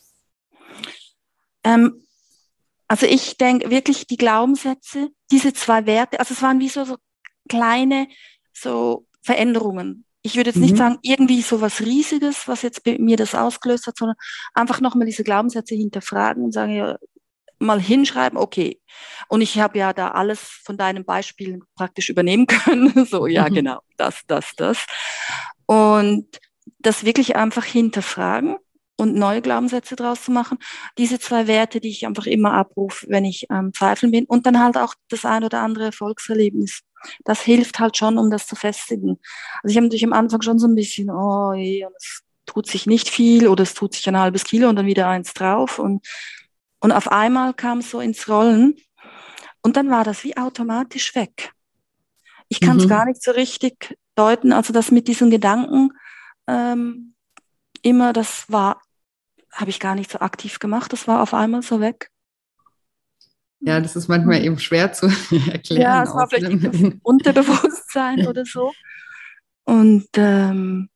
Ähm, also ich denke wirklich die Glaubenssätze, diese zwei Werte, also es waren wie so, so kleine so Veränderungen. Ich würde jetzt nicht sagen, Mhm. irgendwie so was Riesiges, was jetzt bei mir das ausgelöst hat, sondern einfach nochmal diese Glaubenssätze hinterfragen und sagen, ja, mal hinschreiben, okay. Und ich habe ja da alles von deinen Beispielen praktisch übernehmen können. So, ja, genau, das, das, das. Und das wirklich einfach hinterfragen und neue Glaubenssätze draus zu machen. Diese zwei Werte, die ich einfach immer abrufe, wenn ich am ähm, Zweifeln bin. Und dann halt auch das ein oder andere Erfolgserlebnis. Das hilft halt schon, um das zu festigen. Also ich habe natürlich am Anfang schon so ein bisschen, oh, je, und es tut sich nicht viel oder es tut sich ein halbes Kilo und dann wieder eins drauf. Und, und auf einmal kam es so ins Rollen und dann war das wie automatisch weg. Ich kann es gar Mhm. nicht so richtig deuten. Also das mit diesen Gedanken ähm, immer, das war habe ich gar nicht so aktiv gemacht. Das war auf einmal so weg. Ja, das ist manchmal eben schwer zu Ja, erklären es war auch. vielleicht Ne? Mit im den Unterbewusstsein oder so. Und ähm,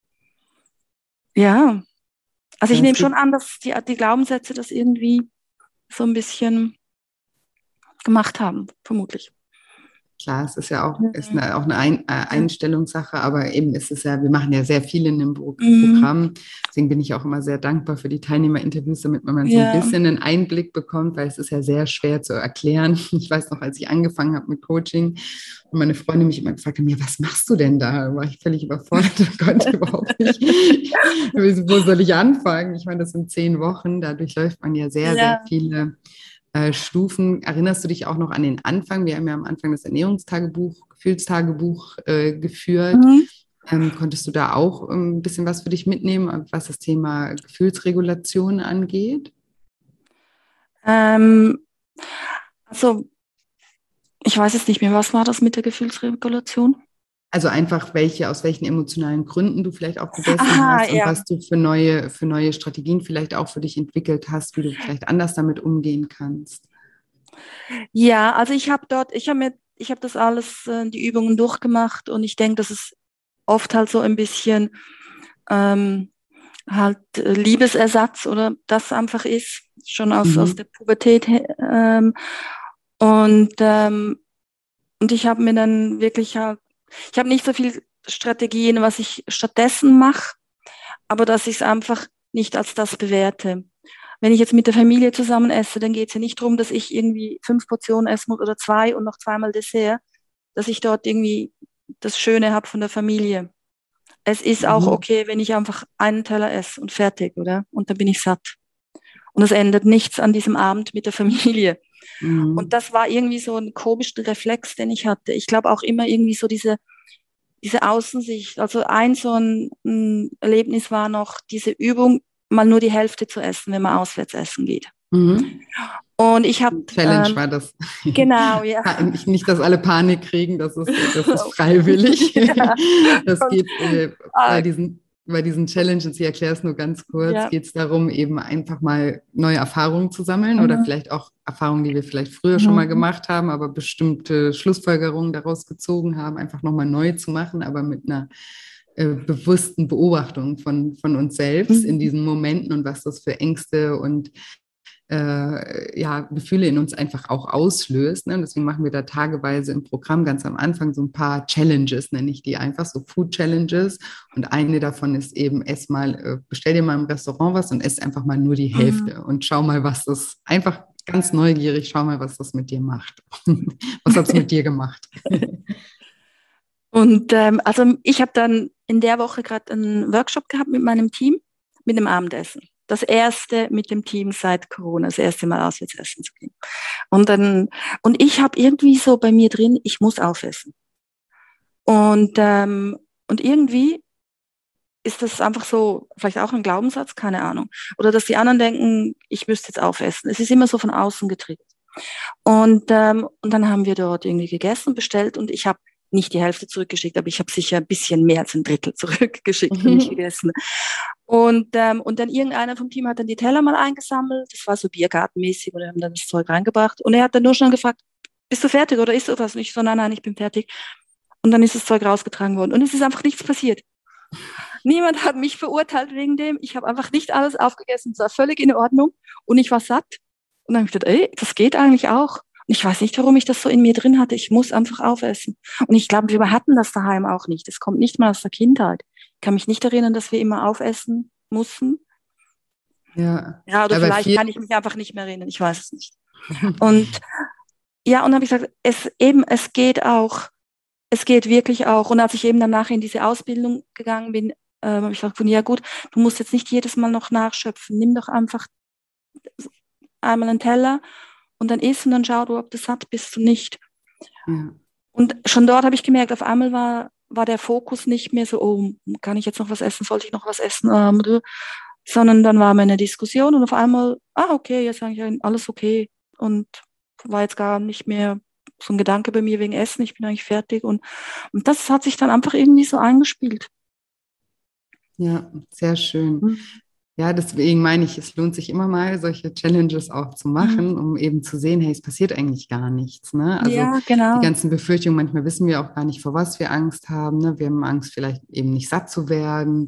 ja, also ich ja, es nehme schon gibt, an, dass die, die Glaubenssätze das irgendwie so ein bisschen gemacht haben, vermutlich. Klar, es ist ja auch, ist Mhm. eine, auch eine Ein, äh, Einstellungssache, aber eben ist es ja, wir machen ja sehr viel in dem Pro Mhm. Programm. Deswegen bin ich auch immer sehr dankbar für die Teilnehmerinterviews, damit man mal so ein Ja, bisschen einen Einblick bekommt, weil es ist ja sehr schwer zu erklären. Ich weiß noch, als ich angefangen habe mit Coaching und meine Freundin mich immer gefragt hat, ja, was machst du denn da? Da war ich völlig überfordert und konnte überhaupt nicht, wo soll ich anfangen? Ich meine, das sind zehn Wochen, da durchläuft man ja sehr, sehr ja. viele äh, Stufen. Erinnerst du dich auch noch an den Anfang? Wir haben ja am Anfang das Ernährungstagebuch, Gefühlstagebuch äh, geführt. Mhm. Ähm, konntest du da auch ähm, ein bisschen was für dich mitnehmen, was das Thema Gefühlsregulation angeht? Ähm, also, ich weiß jetzt nicht mehr, was war das mit der Gefühlsregulation? Also einfach welche, aus welchen emotionalen Gründen du vielleicht auch gegessen Aha, hast und ja. was du für neue, für neue Strategien vielleicht auch für dich entwickelt hast, wie du vielleicht anders damit umgehen kannst. Ja, also ich habe dort, ich habe mir, ich habe das alles, äh, die Übungen durchgemacht und ich denke, dass es oft halt so ein bisschen ähm, halt äh, Liebesersatz oder das einfach ist, schon aus, aus der Mhm. Pubertät. He- Ähm, und, ähm, und ich habe mir dann wirklich halt, ich habe nicht so viel Strategien, was ich stattdessen mache, aber dass ich es einfach nicht als das bewerte. Wenn ich jetzt mit der Familie zusammen esse, dann geht es ja nicht darum, dass ich irgendwie fünf Portionen essen muss oder zwei und noch zweimal Dessert, dass ich dort irgendwie das Schöne habe von der Familie. Es ist auch Mhm. okay, wenn ich einfach einen Teller esse und fertig, oder? Und dann bin ich satt. Und es ändert nichts an diesem Abend mit der Familie. Und Mhm. das war irgendwie so ein komischer Reflex, den ich hatte. Ich glaube auch immer irgendwie so diese, diese Außensicht. Also ein so ein, ein Erlebnis war noch diese Übung, mal nur die Hälfte zu essen, wenn man auswärts essen geht. Mhm. Und ich habe, Challenge ähm, war das. genau, ja. Nicht, nicht, dass alle Panik kriegen, das ist, das ist freiwillig. Ja. Das Und, geht äh, bei ah, diesen, bei diesen Challenges, ich erkläre es nur ganz kurz, ja. geht es darum, eben einfach mal neue Erfahrungen zu sammeln oder Mhm. vielleicht auch Erfahrungen, die wir vielleicht früher schon mal Mhm. gemacht haben, aber bestimmte Schlussfolgerungen daraus gezogen haben, einfach nochmal neu zu machen, aber mit einer äh, bewussten Beobachtung von, von uns selbst in Mhm. diesen Momenten und was das für Ängste und äh, ja, Gefühle in uns einfach auch auslöst. Ne? Deswegen machen wir da tageweise im Programm ganz am Anfang so ein paar Challenges, nenne ich die einfach, so Food Challenges. Und eine davon ist eben, ess mal, äh, bestell dir mal im Restaurant was und ess einfach mal nur die Mhm. Hälfte und schau mal, was das, einfach ganz neugierig, schau mal, was das mit dir macht. Was hat es mit dir gemacht? Und ähm, also ich habe dann in der Woche gerade einen Workshop gehabt mit meinem Team, mit dem Abendessen. Das erste mit dem Team seit Corona, das erste Mal auswärts essen zu gehen. Und dann, und ich habe irgendwie so bei mir drin, ich muss aufessen. Und, ähm, und irgendwie ist das einfach so, vielleicht auch ein Glaubenssatz, keine Ahnung. Oder dass die anderen denken, ich müsste jetzt aufessen. Es ist immer so von außen getriggert. Und, ähm, und dann haben wir dort irgendwie gegessen, bestellt und ich habe nicht die Hälfte zurückgeschickt, aber ich habe sicher ein bisschen mehr als ein Drittel zurückgeschickt und nicht gegessen. Und, ähm, und dann irgendeiner vom Team hat dann die Teller mal eingesammelt. Das war so biergartenmäßig und wir haben dann das Zeug reingebracht. Und er hat dann nur schon gefragt, bist du fertig oder isst du was? Und ich so, nein, nein, ich bin fertig. Und dann ist das Zeug rausgetragen worden. Und es ist einfach nichts passiert. Niemand hat mich verurteilt wegen dem. Ich habe einfach nicht alles aufgegessen. Es war völlig in Ordnung. Und ich war satt. Und dann habe ich gedacht, ey, das geht eigentlich auch. Und ich weiß nicht, warum ich das so in mir drin hatte. Ich muss einfach aufessen. Und ich glaube, wir hatten das daheim auch nicht. Es kommt nicht mal aus der Kindheit. Ich kann mich nicht erinnern, dass wir immer aufessen mussten. Ja, Ja, oder aber vielleicht viel. kann ich mich einfach nicht mehr erinnern. Ich weiß es nicht. Und ja, und dann habe ich gesagt, es eben, es geht auch, es geht wirklich auch. Und als ich eben danach in diese Ausbildung gegangen bin, äh, habe ich gesagt, ja gut, du musst jetzt nicht jedes Mal noch nachschöpfen. Nimm doch einfach einmal einen Teller und dann isst und dann schau du, ob du satt bist und nicht. Ja. Und schon dort habe ich gemerkt, auf einmal war, war der Fokus nicht mehr so, oh, kann ich jetzt noch was essen, sollte ich noch was essen, ähm, sondern dann war mir eine Diskussion und auf einmal, ah, okay, jetzt sage ich alles okay und war jetzt gar nicht mehr so ein Gedanke bei mir wegen Essen, ich bin eigentlich fertig und, und das hat sich dann einfach irgendwie so eingespielt. Ja, sehr schön. Mhm. Ja, deswegen meine ich, es lohnt sich immer mal, solche Challenges auch zu Mhm. machen, um eben zu sehen, hey, es passiert eigentlich gar nichts. Ne? Also Ja, die genau. ganzen Befürchtungen, manchmal wissen wir auch gar nicht, vor was wir Angst haben. Ne? Wir haben Angst, vielleicht eben nicht satt zu werden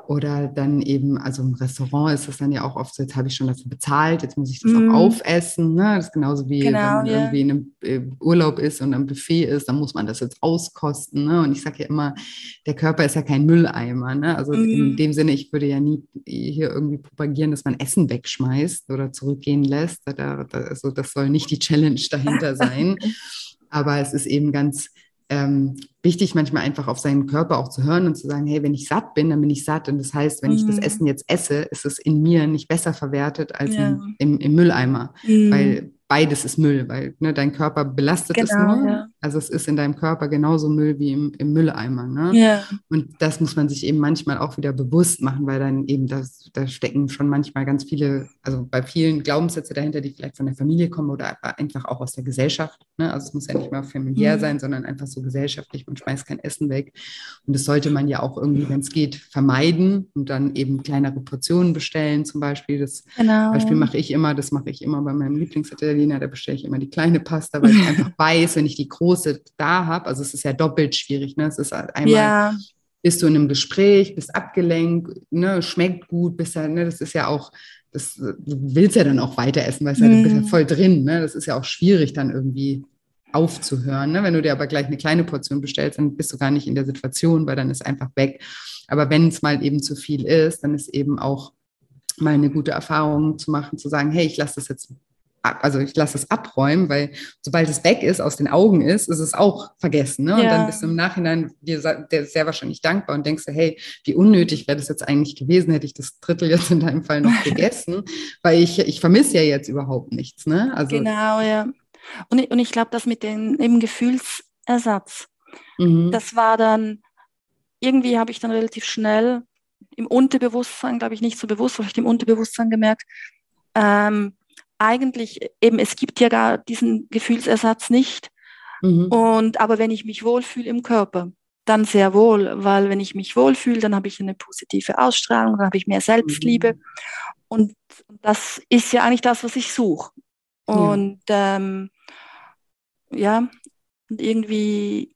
Oder dann eben, also im Restaurant ist es dann ja auch oft so, jetzt habe ich schon dafür bezahlt, jetzt muss ich das auch Mm, aufessen. Ne? Das ist genauso wie, wenn genau, man ja. irgendwie in einem äh, Urlaub ist und am Buffet ist, dann muss man das jetzt auskosten. Ne? Und ich sage ja immer, der Körper ist ja kein Mülleimer. Ne? Also in Mm, dem Sinne, ich würde ja nie hier irgendwie propagieren, dass man Essen wegschmeißt oder zurückgehen lässt. Da, da, also das soll nicht die Challenge dahinter sein. Aber es ist eben ganz ähm, wichtig, manchmal einfach auf seinen Körper auch zu hören und zu sagen, hey, wenn ich satt bin, dann bin ich satt. Und das heißt, wenn ich das mm, Essen jetzt esse, ist es in mir nicht besser verwertet als ja. im, im, im Mülleimer, Mm, weil beides ist Müll, weil ne, dein Körper belastet es genau, nur. ja. Also es ist in deinem Körper genauso Müll wie im, im Mülleimer. Ne? Ja. Und das muss man sich eben manchmal auch wieder bewusst machen, weil dann eben das, da stecken schon manchmal ganz viele, also bei vielen Glaubenssätze dahinter, die vielleicht von der Familie kommen oder einfach auch aus der Gesellschaft. Ne? Also es muss ja nicht mal familiär Mm, sein, sondern einfach so gesellschaftlich. Man schmeißt kein Essen weg. Und das sollte man ja auch irgendwie, wenn es geht, vermeiden und dann eben kleinere Portionen bestellen zum Beispiel. Das genau, Beispiel ja. mache ich immer, das mache ich immer bei meinem Lieblingsitaliener, da bestelle ich immer die kleine Pasta, weil ich einfach weiß, wenn ich die große da habe, also es ist ja doppelt schwierig, ne? Es ist einmal, Ja. bist du in einem Gespräch, bist abgelenkt, ne? Schmeckt gut, bist ja, ne? Das ist ja auch, das, du willst ja dann auch weiter essen, weil es ja, du bist ja Mm, voll drin, ne? Das ist ja auch schwierig dann irgendwie aufzuhören, ne? Wenn du dir aber gleich eine kleine Portion bestellst, dann bist du gar nicht in der Situation, weil dann ist einfach weg. Aber wenn es mal eben zu viel ist, dann ist eben auch mal eine gute Erfahrung zu machen, zu sagen, hey, ich lasse das jetzt, also ich lasse es abräumen, weil sobald es weg ist, aus den Augen ist, ist es auch vergessen. Ne? Und dann ja. bist du im Nachhinein dir sehr wahrscheinlich dankbar und denkst, hey, wie unnötig wäre das jetzt eigentlich gewesen, hätte ich das Drittel jetzt in deinem Fall noch gegessen, weil ich, ich vermisse ja jetzt überhaupt nichts. Ne? Also, Genau, ja. Und ich, und ich glaube, das mit dem eben Gefühlsersatz, mhm. das war dann, irgendwie habe ich dann relativ schnell im Unterbewusstsein, glaube ich, nicht so bewusst, vielleicht im Unterbewusstsein gemerkt, ähm, eigentlich eben, es gibt ja gar diesen Gefühlsersatz nicht. Mhm. Und aber wenn ich mich wohlfühle im Körper, dann sehr wohl, weil wenn ich mich wohlfühle, dann habe ich eine positive Ausstrahlung, dann habe ich mehr Selbstliebe. Mhm. Und das ist ja eigentlich das, was ich suche. Ja. Und ähm, ja, und irgendwie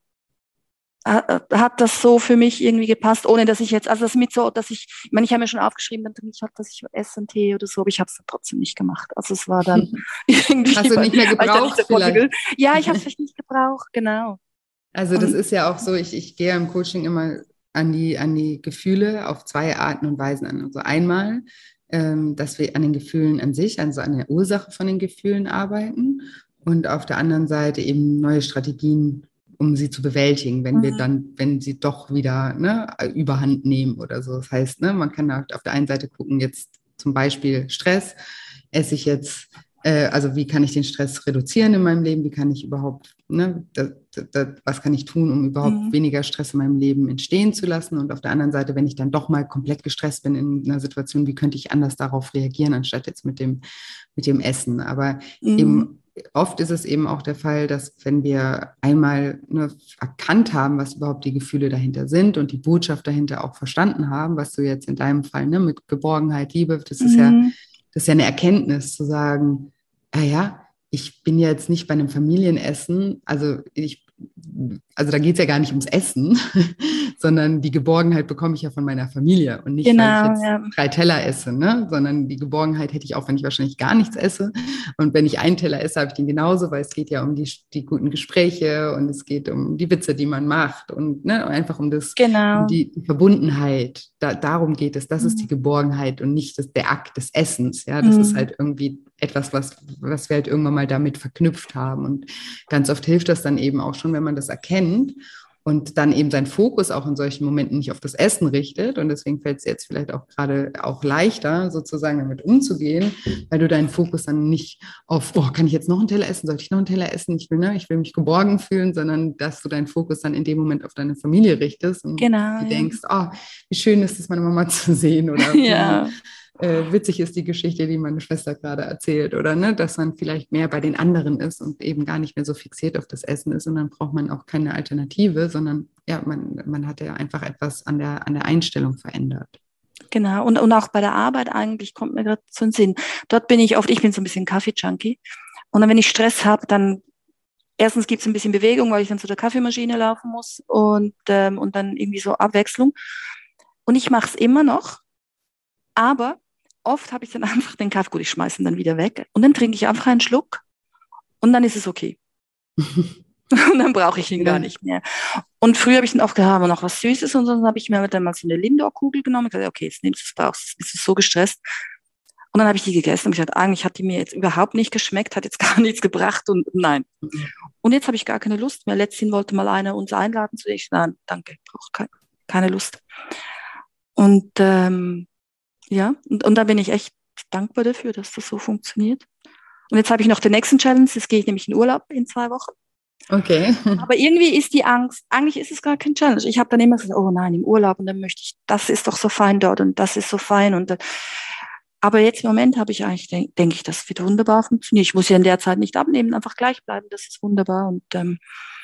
ha- hat das so für mich irgendwie gepasst, ohne dass ich jetzt, also das mit so, dass ich, ich meine, ich habe mir schon aufgeschrieben, dann trinke ich halt, dass ich esse einen Tee oder so, aber ich habe es dann trotzdem nicht gemacht. Also es war dann Hast irgendwie, du weil, nicht mehr weil ich da nicht gebraucht sofort vielleicht? will. Ja, ich habe es vielleicht nicht gebraucht, genau. Also das Und ist ja auch so, ich, ich gehe im Coaching immer an die, an die Gefühle auf zwei Arten und Weisen an. Also einmal, ähm, dass wir an den Gefühlen an sich, also an der Ursache von den Gefühlen arbeiten und auf der anderen Seite eben neue Strategien, um sie zu bewältigen, wenn wir mhm. dann, wenn sie doch wieder ne, überhand nehmen oder so. Das heißt, ne, man kann auf der einen Seite gucken, jetzt zum Beispiel Stress, esse ich jetzt äh, also wie kann ich den Stress reduzieren in meinem Leben, wie kann ich überhaupt, ne, da, da, was kann ich tun, um überhaupt Mhm. weniger Stress in meinem Leben entstehen zu lassen und auf der anderen Seite, wenn ich dann doch mal komplett gestresst bin in einer Situation, wie könnte ich anders darauf reagieren, anstatt jetzt mit dem, mit dem Essen, aber Mhm. eben oft ist es eben auch der Fall, dass wenn wir einmal nur erkannt haben, was überhaupt die Gefühle dahinter sind und die Botschaft dahinter auch verstanden haben, was du jetzt in deinem Fall ne, mit Geborgenheit, Liebe, das ist ja Mhm. das ist ja eine Erkenntnis zu sagen, ah ja, ich bin jetzt nicht bei einem Familienessen, also ich, also da geht es ja gar nicht ums Essen, sondern die Geborgenheit bekomme ich ja von meiner Familie und nicht, weil ich Genau, jetzt ja. drei Teller esse, ne? Sondern die Geborgenheit hätte ich auch, wenn ich wahrscheinlich gar nichts esse. Und wenn ich einen Teller esse, habe ich den genauso, weil es geht ja um die, die guten Gespräche und es geht um die Witze, die man macht und ne, einfach um das, um Genau. die Verbundenheit. Da, darum geht es. Das ist die Mhm. Geborgenheit und nicht das, der Akt des Essens. Ja, das ist Mhm. halt irgendwie etwas, was, was wir halt irgendwann mal damit verknüpft haben. Und ganz oft hilft das dann eben auch schon, wenn man das erkennt und dann eben seinen Fokus auch in solchen Momenten nicht auf das Essen richtet. Und deswegen fällt es jetzt vielleicht auch gerade auch leichter, sozusagen damit umzugehen, weil du deinen Fokus dann nicht auf, oh, kann ich jetzt noch einen Teller essen? Sollte ich noch einen Teller essen? Ich will, ne, ich will mich geborgen fühlen, sondern dass du deinen Fokus dann in dem Moment auf deine Familie richtest und Genau, die ja. denkst, oh, wie schön ist es, meine Mama zu sehen oder wie Ja, äh, witzig ist die Geschichte, die meine Schwester gerade erzählt oder ne, dass man vielleicht mehr bei den anderen ist und eben gar nicht mehr so fixiert auf das Essen ist und dann braucht man auch keine Alternative, sondern ja, man, man hat ja einfach etwas an der, an der Einstellung verändert. genau. Und, und auch bei der Arbeit eigentlich kommt mir gerade so ein Sinn. Dort bin ich oft, ich bin so ein bisschen Kaffee-Junkie. Und dann, wenn ich Stress habe, dann erstens gibt es ein bisschen Bewegung, weil ich dann zu der Kaffeemaschine laufen muss und, ähm, und dann irgendwie so Abwechslung. Und ich mache es immer noch, aber oft habe ich dann einfach den Kaffee, gut, ich schmeiße ihn dann wieder weg und dann trinke ich einfach einen Schluck und dann ist es okay. Und dann brauche ich ihn Ja. gar nicht mehr. Und früher habe ich dann oft gehabt, aber noch was Süßes und so, dann habe ich mir dann mal so eine Lindor-Kugel genommen und gesagt, okay, jetzt nimmst du es, brauchst, bist du so gestresst. Und dann habe ich die gegessen und gesagt, eigentlich hat die mir jetzt überhaupt nicht geschmeckt, hat jetzt gar nichts gebracht und nein. Mhm. Und jetzt habe ich gar keine Lust mehr. Letztens wollte mal einer uns einladen zu dir. Ich, nein, danke, brauche kein, keine Lust. Und ähm, ja, und, und da bin ich echt dankbar dafür, dass das so funktioniert. Und jetzt habe ich noch den nächsten Challenge, jetzt gehe ich nämlich in Urlaub in zwei Wochen. Okay. Aber irgendwie ist die Angst, eigentlich ist es gar kein Challenge. Ich habe dann immer gesagt, oh nein, im Urlaub und dann möchte ich, das ist doch so fein dort und das ist so fein. Und, aber jetzt im Moment habe ich eigentlich, denke denk ich, das wird wunderbar funktionieren. Ich muss ja in der Zeit nicht abnehmen, einfach gleich bleiben, das ist wunderbar. Und ähm,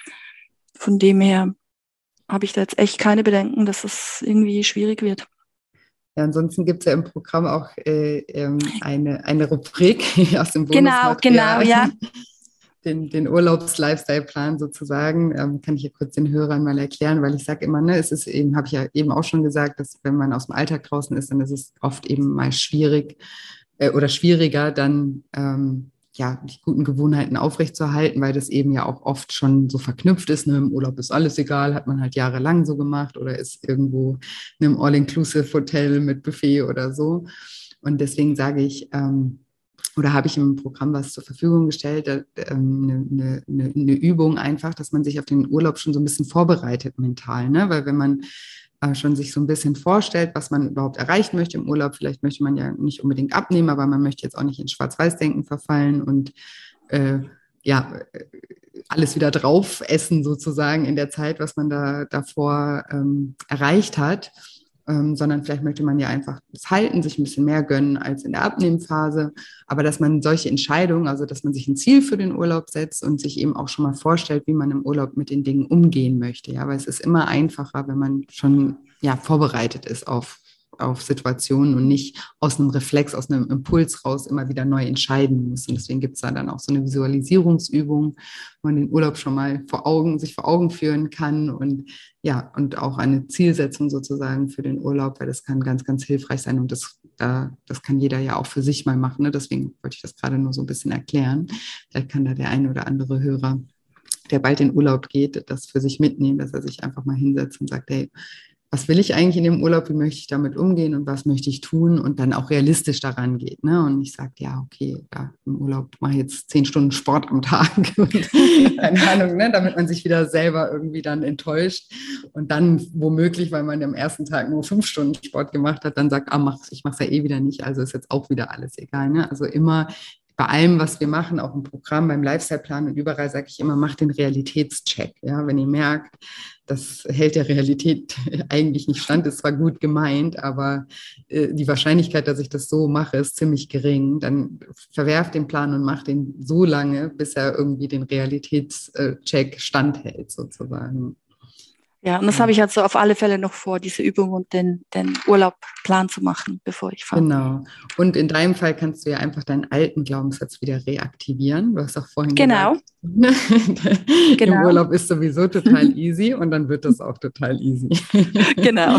von dem her habe ich da jetzt echt keine Bedenken, dass es irgendwie schwierig wird. Ja, ansonsten gibt es ja im Programm auch äh, ähm, eine, eine Rubrik aus dem Genau, genau, Bonusmaterial. ja. Den, den Urlaubs-Lifestyle-Plan sozusagen, ähm, kann ich ja kurz den Hörern mal erklären, weil ich sage immer, ne, es ist eben, habe ich ja eben auch schon gesagt, dass wenn man aus dem Alltag draußen ist, dann ist es oft eben mal schwierig äh, oder schwieriger, dann ähm, ja, die guten Gewohnheiten aufrechtzuerhalten, weil das eben ja auch oft schon so verknüpft ist. Ne? Im Urlaub ist alles egal, hat man halt jahrelang so gemacht oder ist irgendwo in einem All-Inclusive-Hotel mit Buffet oder so. Und deswegen sage ich, ähm, oder habe ich im Programm was zur Verfügung gestellt, äh, eine, eine, eine Übung einfach, dass man sich auf den Urlaub schon so ein bisschen vorbereitet mental, ne? Weil wenn man äh, schon sich so ein bisschen vorstellt, was man überhaupt erreichen möchte im Urlaub, vielleicht möchte man ja nicht unbedingt abnehmen, aber man möchte jetzt auch nicht in Schwarz-Weiß-Denken verfallen und äh, ja, alles wieder drauf essen sozusagen in der Zeit, was man da davor ähm, erreicht hat. Ähm, sondern vielleicht möchte man ja einfach das halten, sich ein bisschen mehr gönnen als in der Abnehmphase, aber dass man solche Entscheidungen, also dass man sich ein Ziel für den Urlaub setzt und sich eben auch schon mal vorstellt, wie man im Urlaub mit den Dingen umgehen möchte, ja, weil es ist immer einfacher, wenn man schon ja vorbereitet ist auf auf Situationen und nicht aus einem Reflex, aus einem Impuls raus immer wieder neu entscheiden muss. Und deswegen gibt es da dann auch so eine Visualisierungsübung, wo man den Urlaub schon mal vor Augen, sich vor Augen führen kann und ja, und auch eine Zielsetzung sozusagen für den Urlaub, weil das kann ganz, ganz hilfreich sein und das, äh, das kann jeder ja auch für sich mal machen. Ne? Deswegen wollte ich das gerade nur so ein bisschen erklären. Vielleicht kann da der ein oder andere Hörer, der bald in Urlaub geht, das für sich mitnehmen, dass er sich einfach mal hinsetzt und sagt, hey, was will ich eigentlich in dem Urlaub, wie möchte ich damit umgehen und was möchte ich tun und dann auch realistisch daran geht. Ne? Und ich sage, ja, okay, ja, im Urlaub mache ich jetzt zehn Stunden Sport am Tag und keine Ahnung, ne? Damit man sich wieder selber irgendwie dann enttäuscht und dann womöglich, weil man am ersten Tag nur fünf Stunden Sport gemacht hat, dann sagt, ah, mach, ich mache es ja eh wieder nicht, also ist jetzt auch wieder alles egal. Ne? Also immer bei allem, was wir machen, auch im Programm, beim Lifestyle-Plan und überall sage ich immer, macht den Realitätscheck. Ja, wenn ihr merkt, das hält der Realität eigentlich nicht stand, ist zwar gut gemeint, aber äh, die Wahrscheinlichkeit, dass ich das so mache, ist ziemlich gering. Dann verwerft den Plan und macht den so lange, bis er irgendwie den Realitätscheck standhält, sozusagen. Ja, und das habe ich also auf alle Fälle noch vor, diese Übung und den, den Urlaubplan zu machen, bevor ich fahre. Genau. Und in deinem Fall kannst du ja einfach deinen alten Glaubenssatz wieder reaktivieren. Du hast auch vorhin Genau. gesagt, Genau. im Urlaub ist sowieso total easy und dann wird das auch total easy. Genau.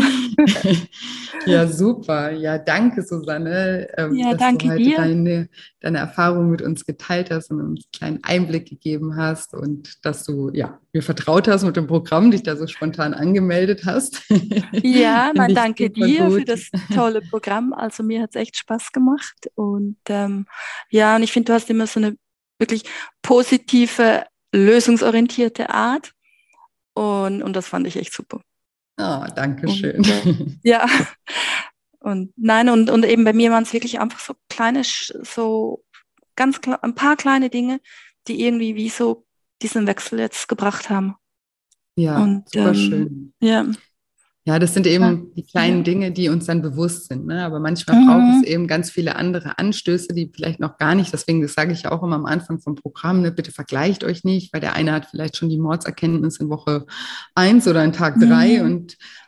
Ja, super. Ja, danke, Susanne, ähm, Ja, dass danke du heute dir. deine, deine Erfahrung mit uns geteilt hast und uns einen kleinen Einblick gegeben hast und dass du ja, mir vertraut hast mit dem Programm, dich da so spontan angemeldet hast. Ja, nein, danke dir gut. für das tolle Programm. Also mir hat es echt Spaß gemacht. Und ähm, ja, und ich finde, du hast immer so eine wirklich positive, lösungsorientierte Art. Und, und das fand ich echt super. Oh, danke und, schön. Äh, ja, und nein, und, und eben bei mir waren es wirklich einfach so kleine, so ganz klar, ein paar kleine Dinge, die irgendwie wie so diesen Wechsel jetzt gebracht haben. Ja, und, super ähm, schön. Ja. Ja, das sind eben die kleinen Ja. Dinge, die uns dann bewusst sind. Ne? Aber manchmal Mhm. braucht es eben ganz viele andere Anstöße, die vielleicht noch gar nicht, deswegen, das sage ich ja auch immer am Anfang vom Programm, ne? Bitte vergleicht euch nicht, weil der eine hat vielleicht schon die Mordserkenntnis in Woche eins oder in Tag drei Mhm. und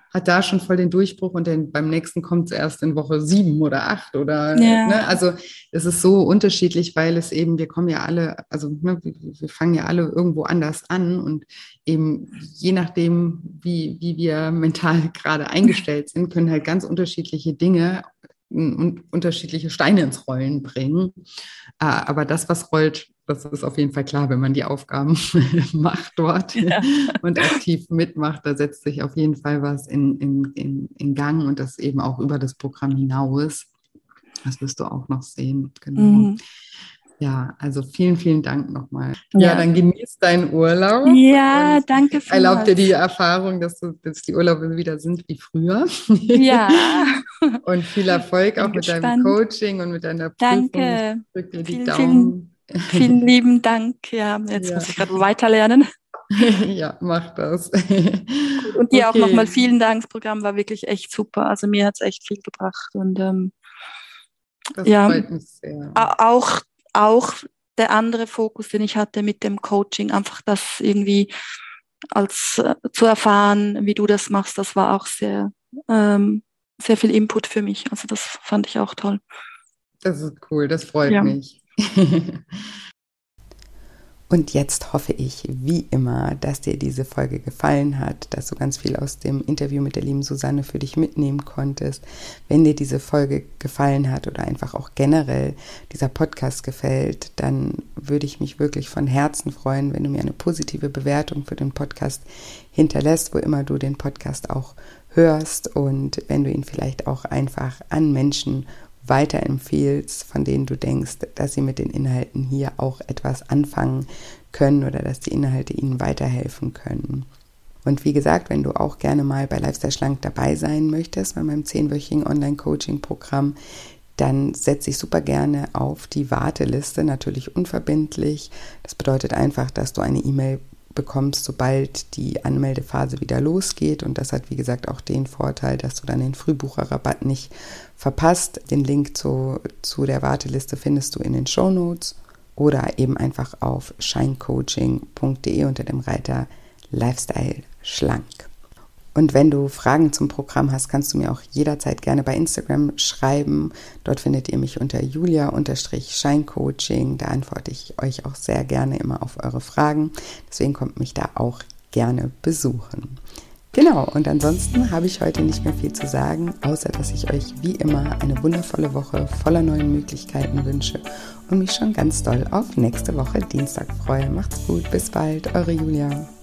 hat da schon voll den Durchbruch und dann beim nächsten kommt es erst in Woche sieben oder acht oder, Ja. ne? Also es ist so unterschiedlich, weil es eben, wir kommen ja alle, also ne, wir, wir fangen ja alle irgendwo anders an und eben je nachdem, wie, wie wir mental gerade eingestellt sind, können halt ganz unterschiedliche Dinge und unterschiedliche Steine ins Rollen bringen. Aber das, was rollt, das ist auf jeden Fall klar, wenn man die Aufgaben macht dort ja. und aktiv mitmacht, da setzt sich auf jeden Fall was in, in, in, in Gang und das eben auch über das Programm hinaus. Das wirst du auch noch sehen. Genau. Mhm. Ja, also vielen, vielen Dank nochmal. Ja, ja, dann genieß deinen Urlaub. Ja, danke vielmals. Erlaub dir die Erfahrung, dass, du, dass die Urlaube wieder sind wie früher. Ja. Und viel Erfolg Bin auch mit gespannt. Deinem Coaching und mit deiner Prüfung. Danke. Ich drück dir die vielen, Daumen. Vielen, vielen lieben Dank. Ja, jetzt ja. muss ich gerade weiterlernen. Ja, mach das. Und dir okay. auch nochmal vielen Dank. Das Programm war wirklich echt super. Also mir hat es echt viel gebracht. Und ähm, das ja, freut mich sehr. Auch, auch der andere Fokus, den ich hatte mit dem Coaching, einfach das irgendwie als äh, zu erfahren, wie du das machst, das war auch sehr, ähm, sehr viel Input für mich. Also das fand ich auch toll. Das ist cool, das freut ja. mich. Und jetzt hoffe ich, wie immer, dass dir diese Folge gefallen hat, dass du ganz viel aus dem Interview mit der lieben Susanne für dich mitnehmen konntest. Wenn dir diese Folge gefallen hat oder einfach auch generell dieser Podcast gefällt, dann würde ich mich wirklich von Herzen freuen, wenn du mir eine positive Bewertung für den Podcast hinterlässt, wo immer du den Podcast auch hörst und wenn du ihn vielleicht auch einfach an Menschen weiterempfehlst, von denen du denkst, dass sie mit den Inhalten hier auch etwas anfangen können oder dass die Inhalte ihnen weiterhelfen können. Und wie gesagt, wenn du auch gerne mal bei Lifestyle Schlank dabei sein möchtest, bei meinem zehnwöchigen Online-Coaching-Programm, dann setze ich super gerne auf die Warteliste, natürlich unverbindlich. Das bedeutet einfach, dass du eine E-Mail bekommst, sobald die Anmeldephase wieder losgeht. Und das hat, wie gesagt, auch den Vorteil, dass du dann den Frühbucherrabatt nicht verpasst. Den Link zu, zu der Warteliste findest du in den Shownotes oder eben einfach auf shinecoaching punkt de unter dem Reiter Lifestyle Schlank. Und wenn du Fragen zum Programm hast, kannst du mir auch jederzeit gerne bei Instagram schreiben. Dort findet ihr mich unter julia-shinecoaching. Da antworte ich euch auch sehr gerne immer auf eure Fragen. Deswegen kommt mich da auch gerne besuchen. Genau, und ansonsten habe ich heute nicht mehr viel zu sagen, außer dass ich euch wie immer eine wundervolle Woche voller neuen Möglichkeiten wünsche und mich schon ganz doll auf nächste Woche Dienstag freue. Macht's gut, bis bald, eure Julia.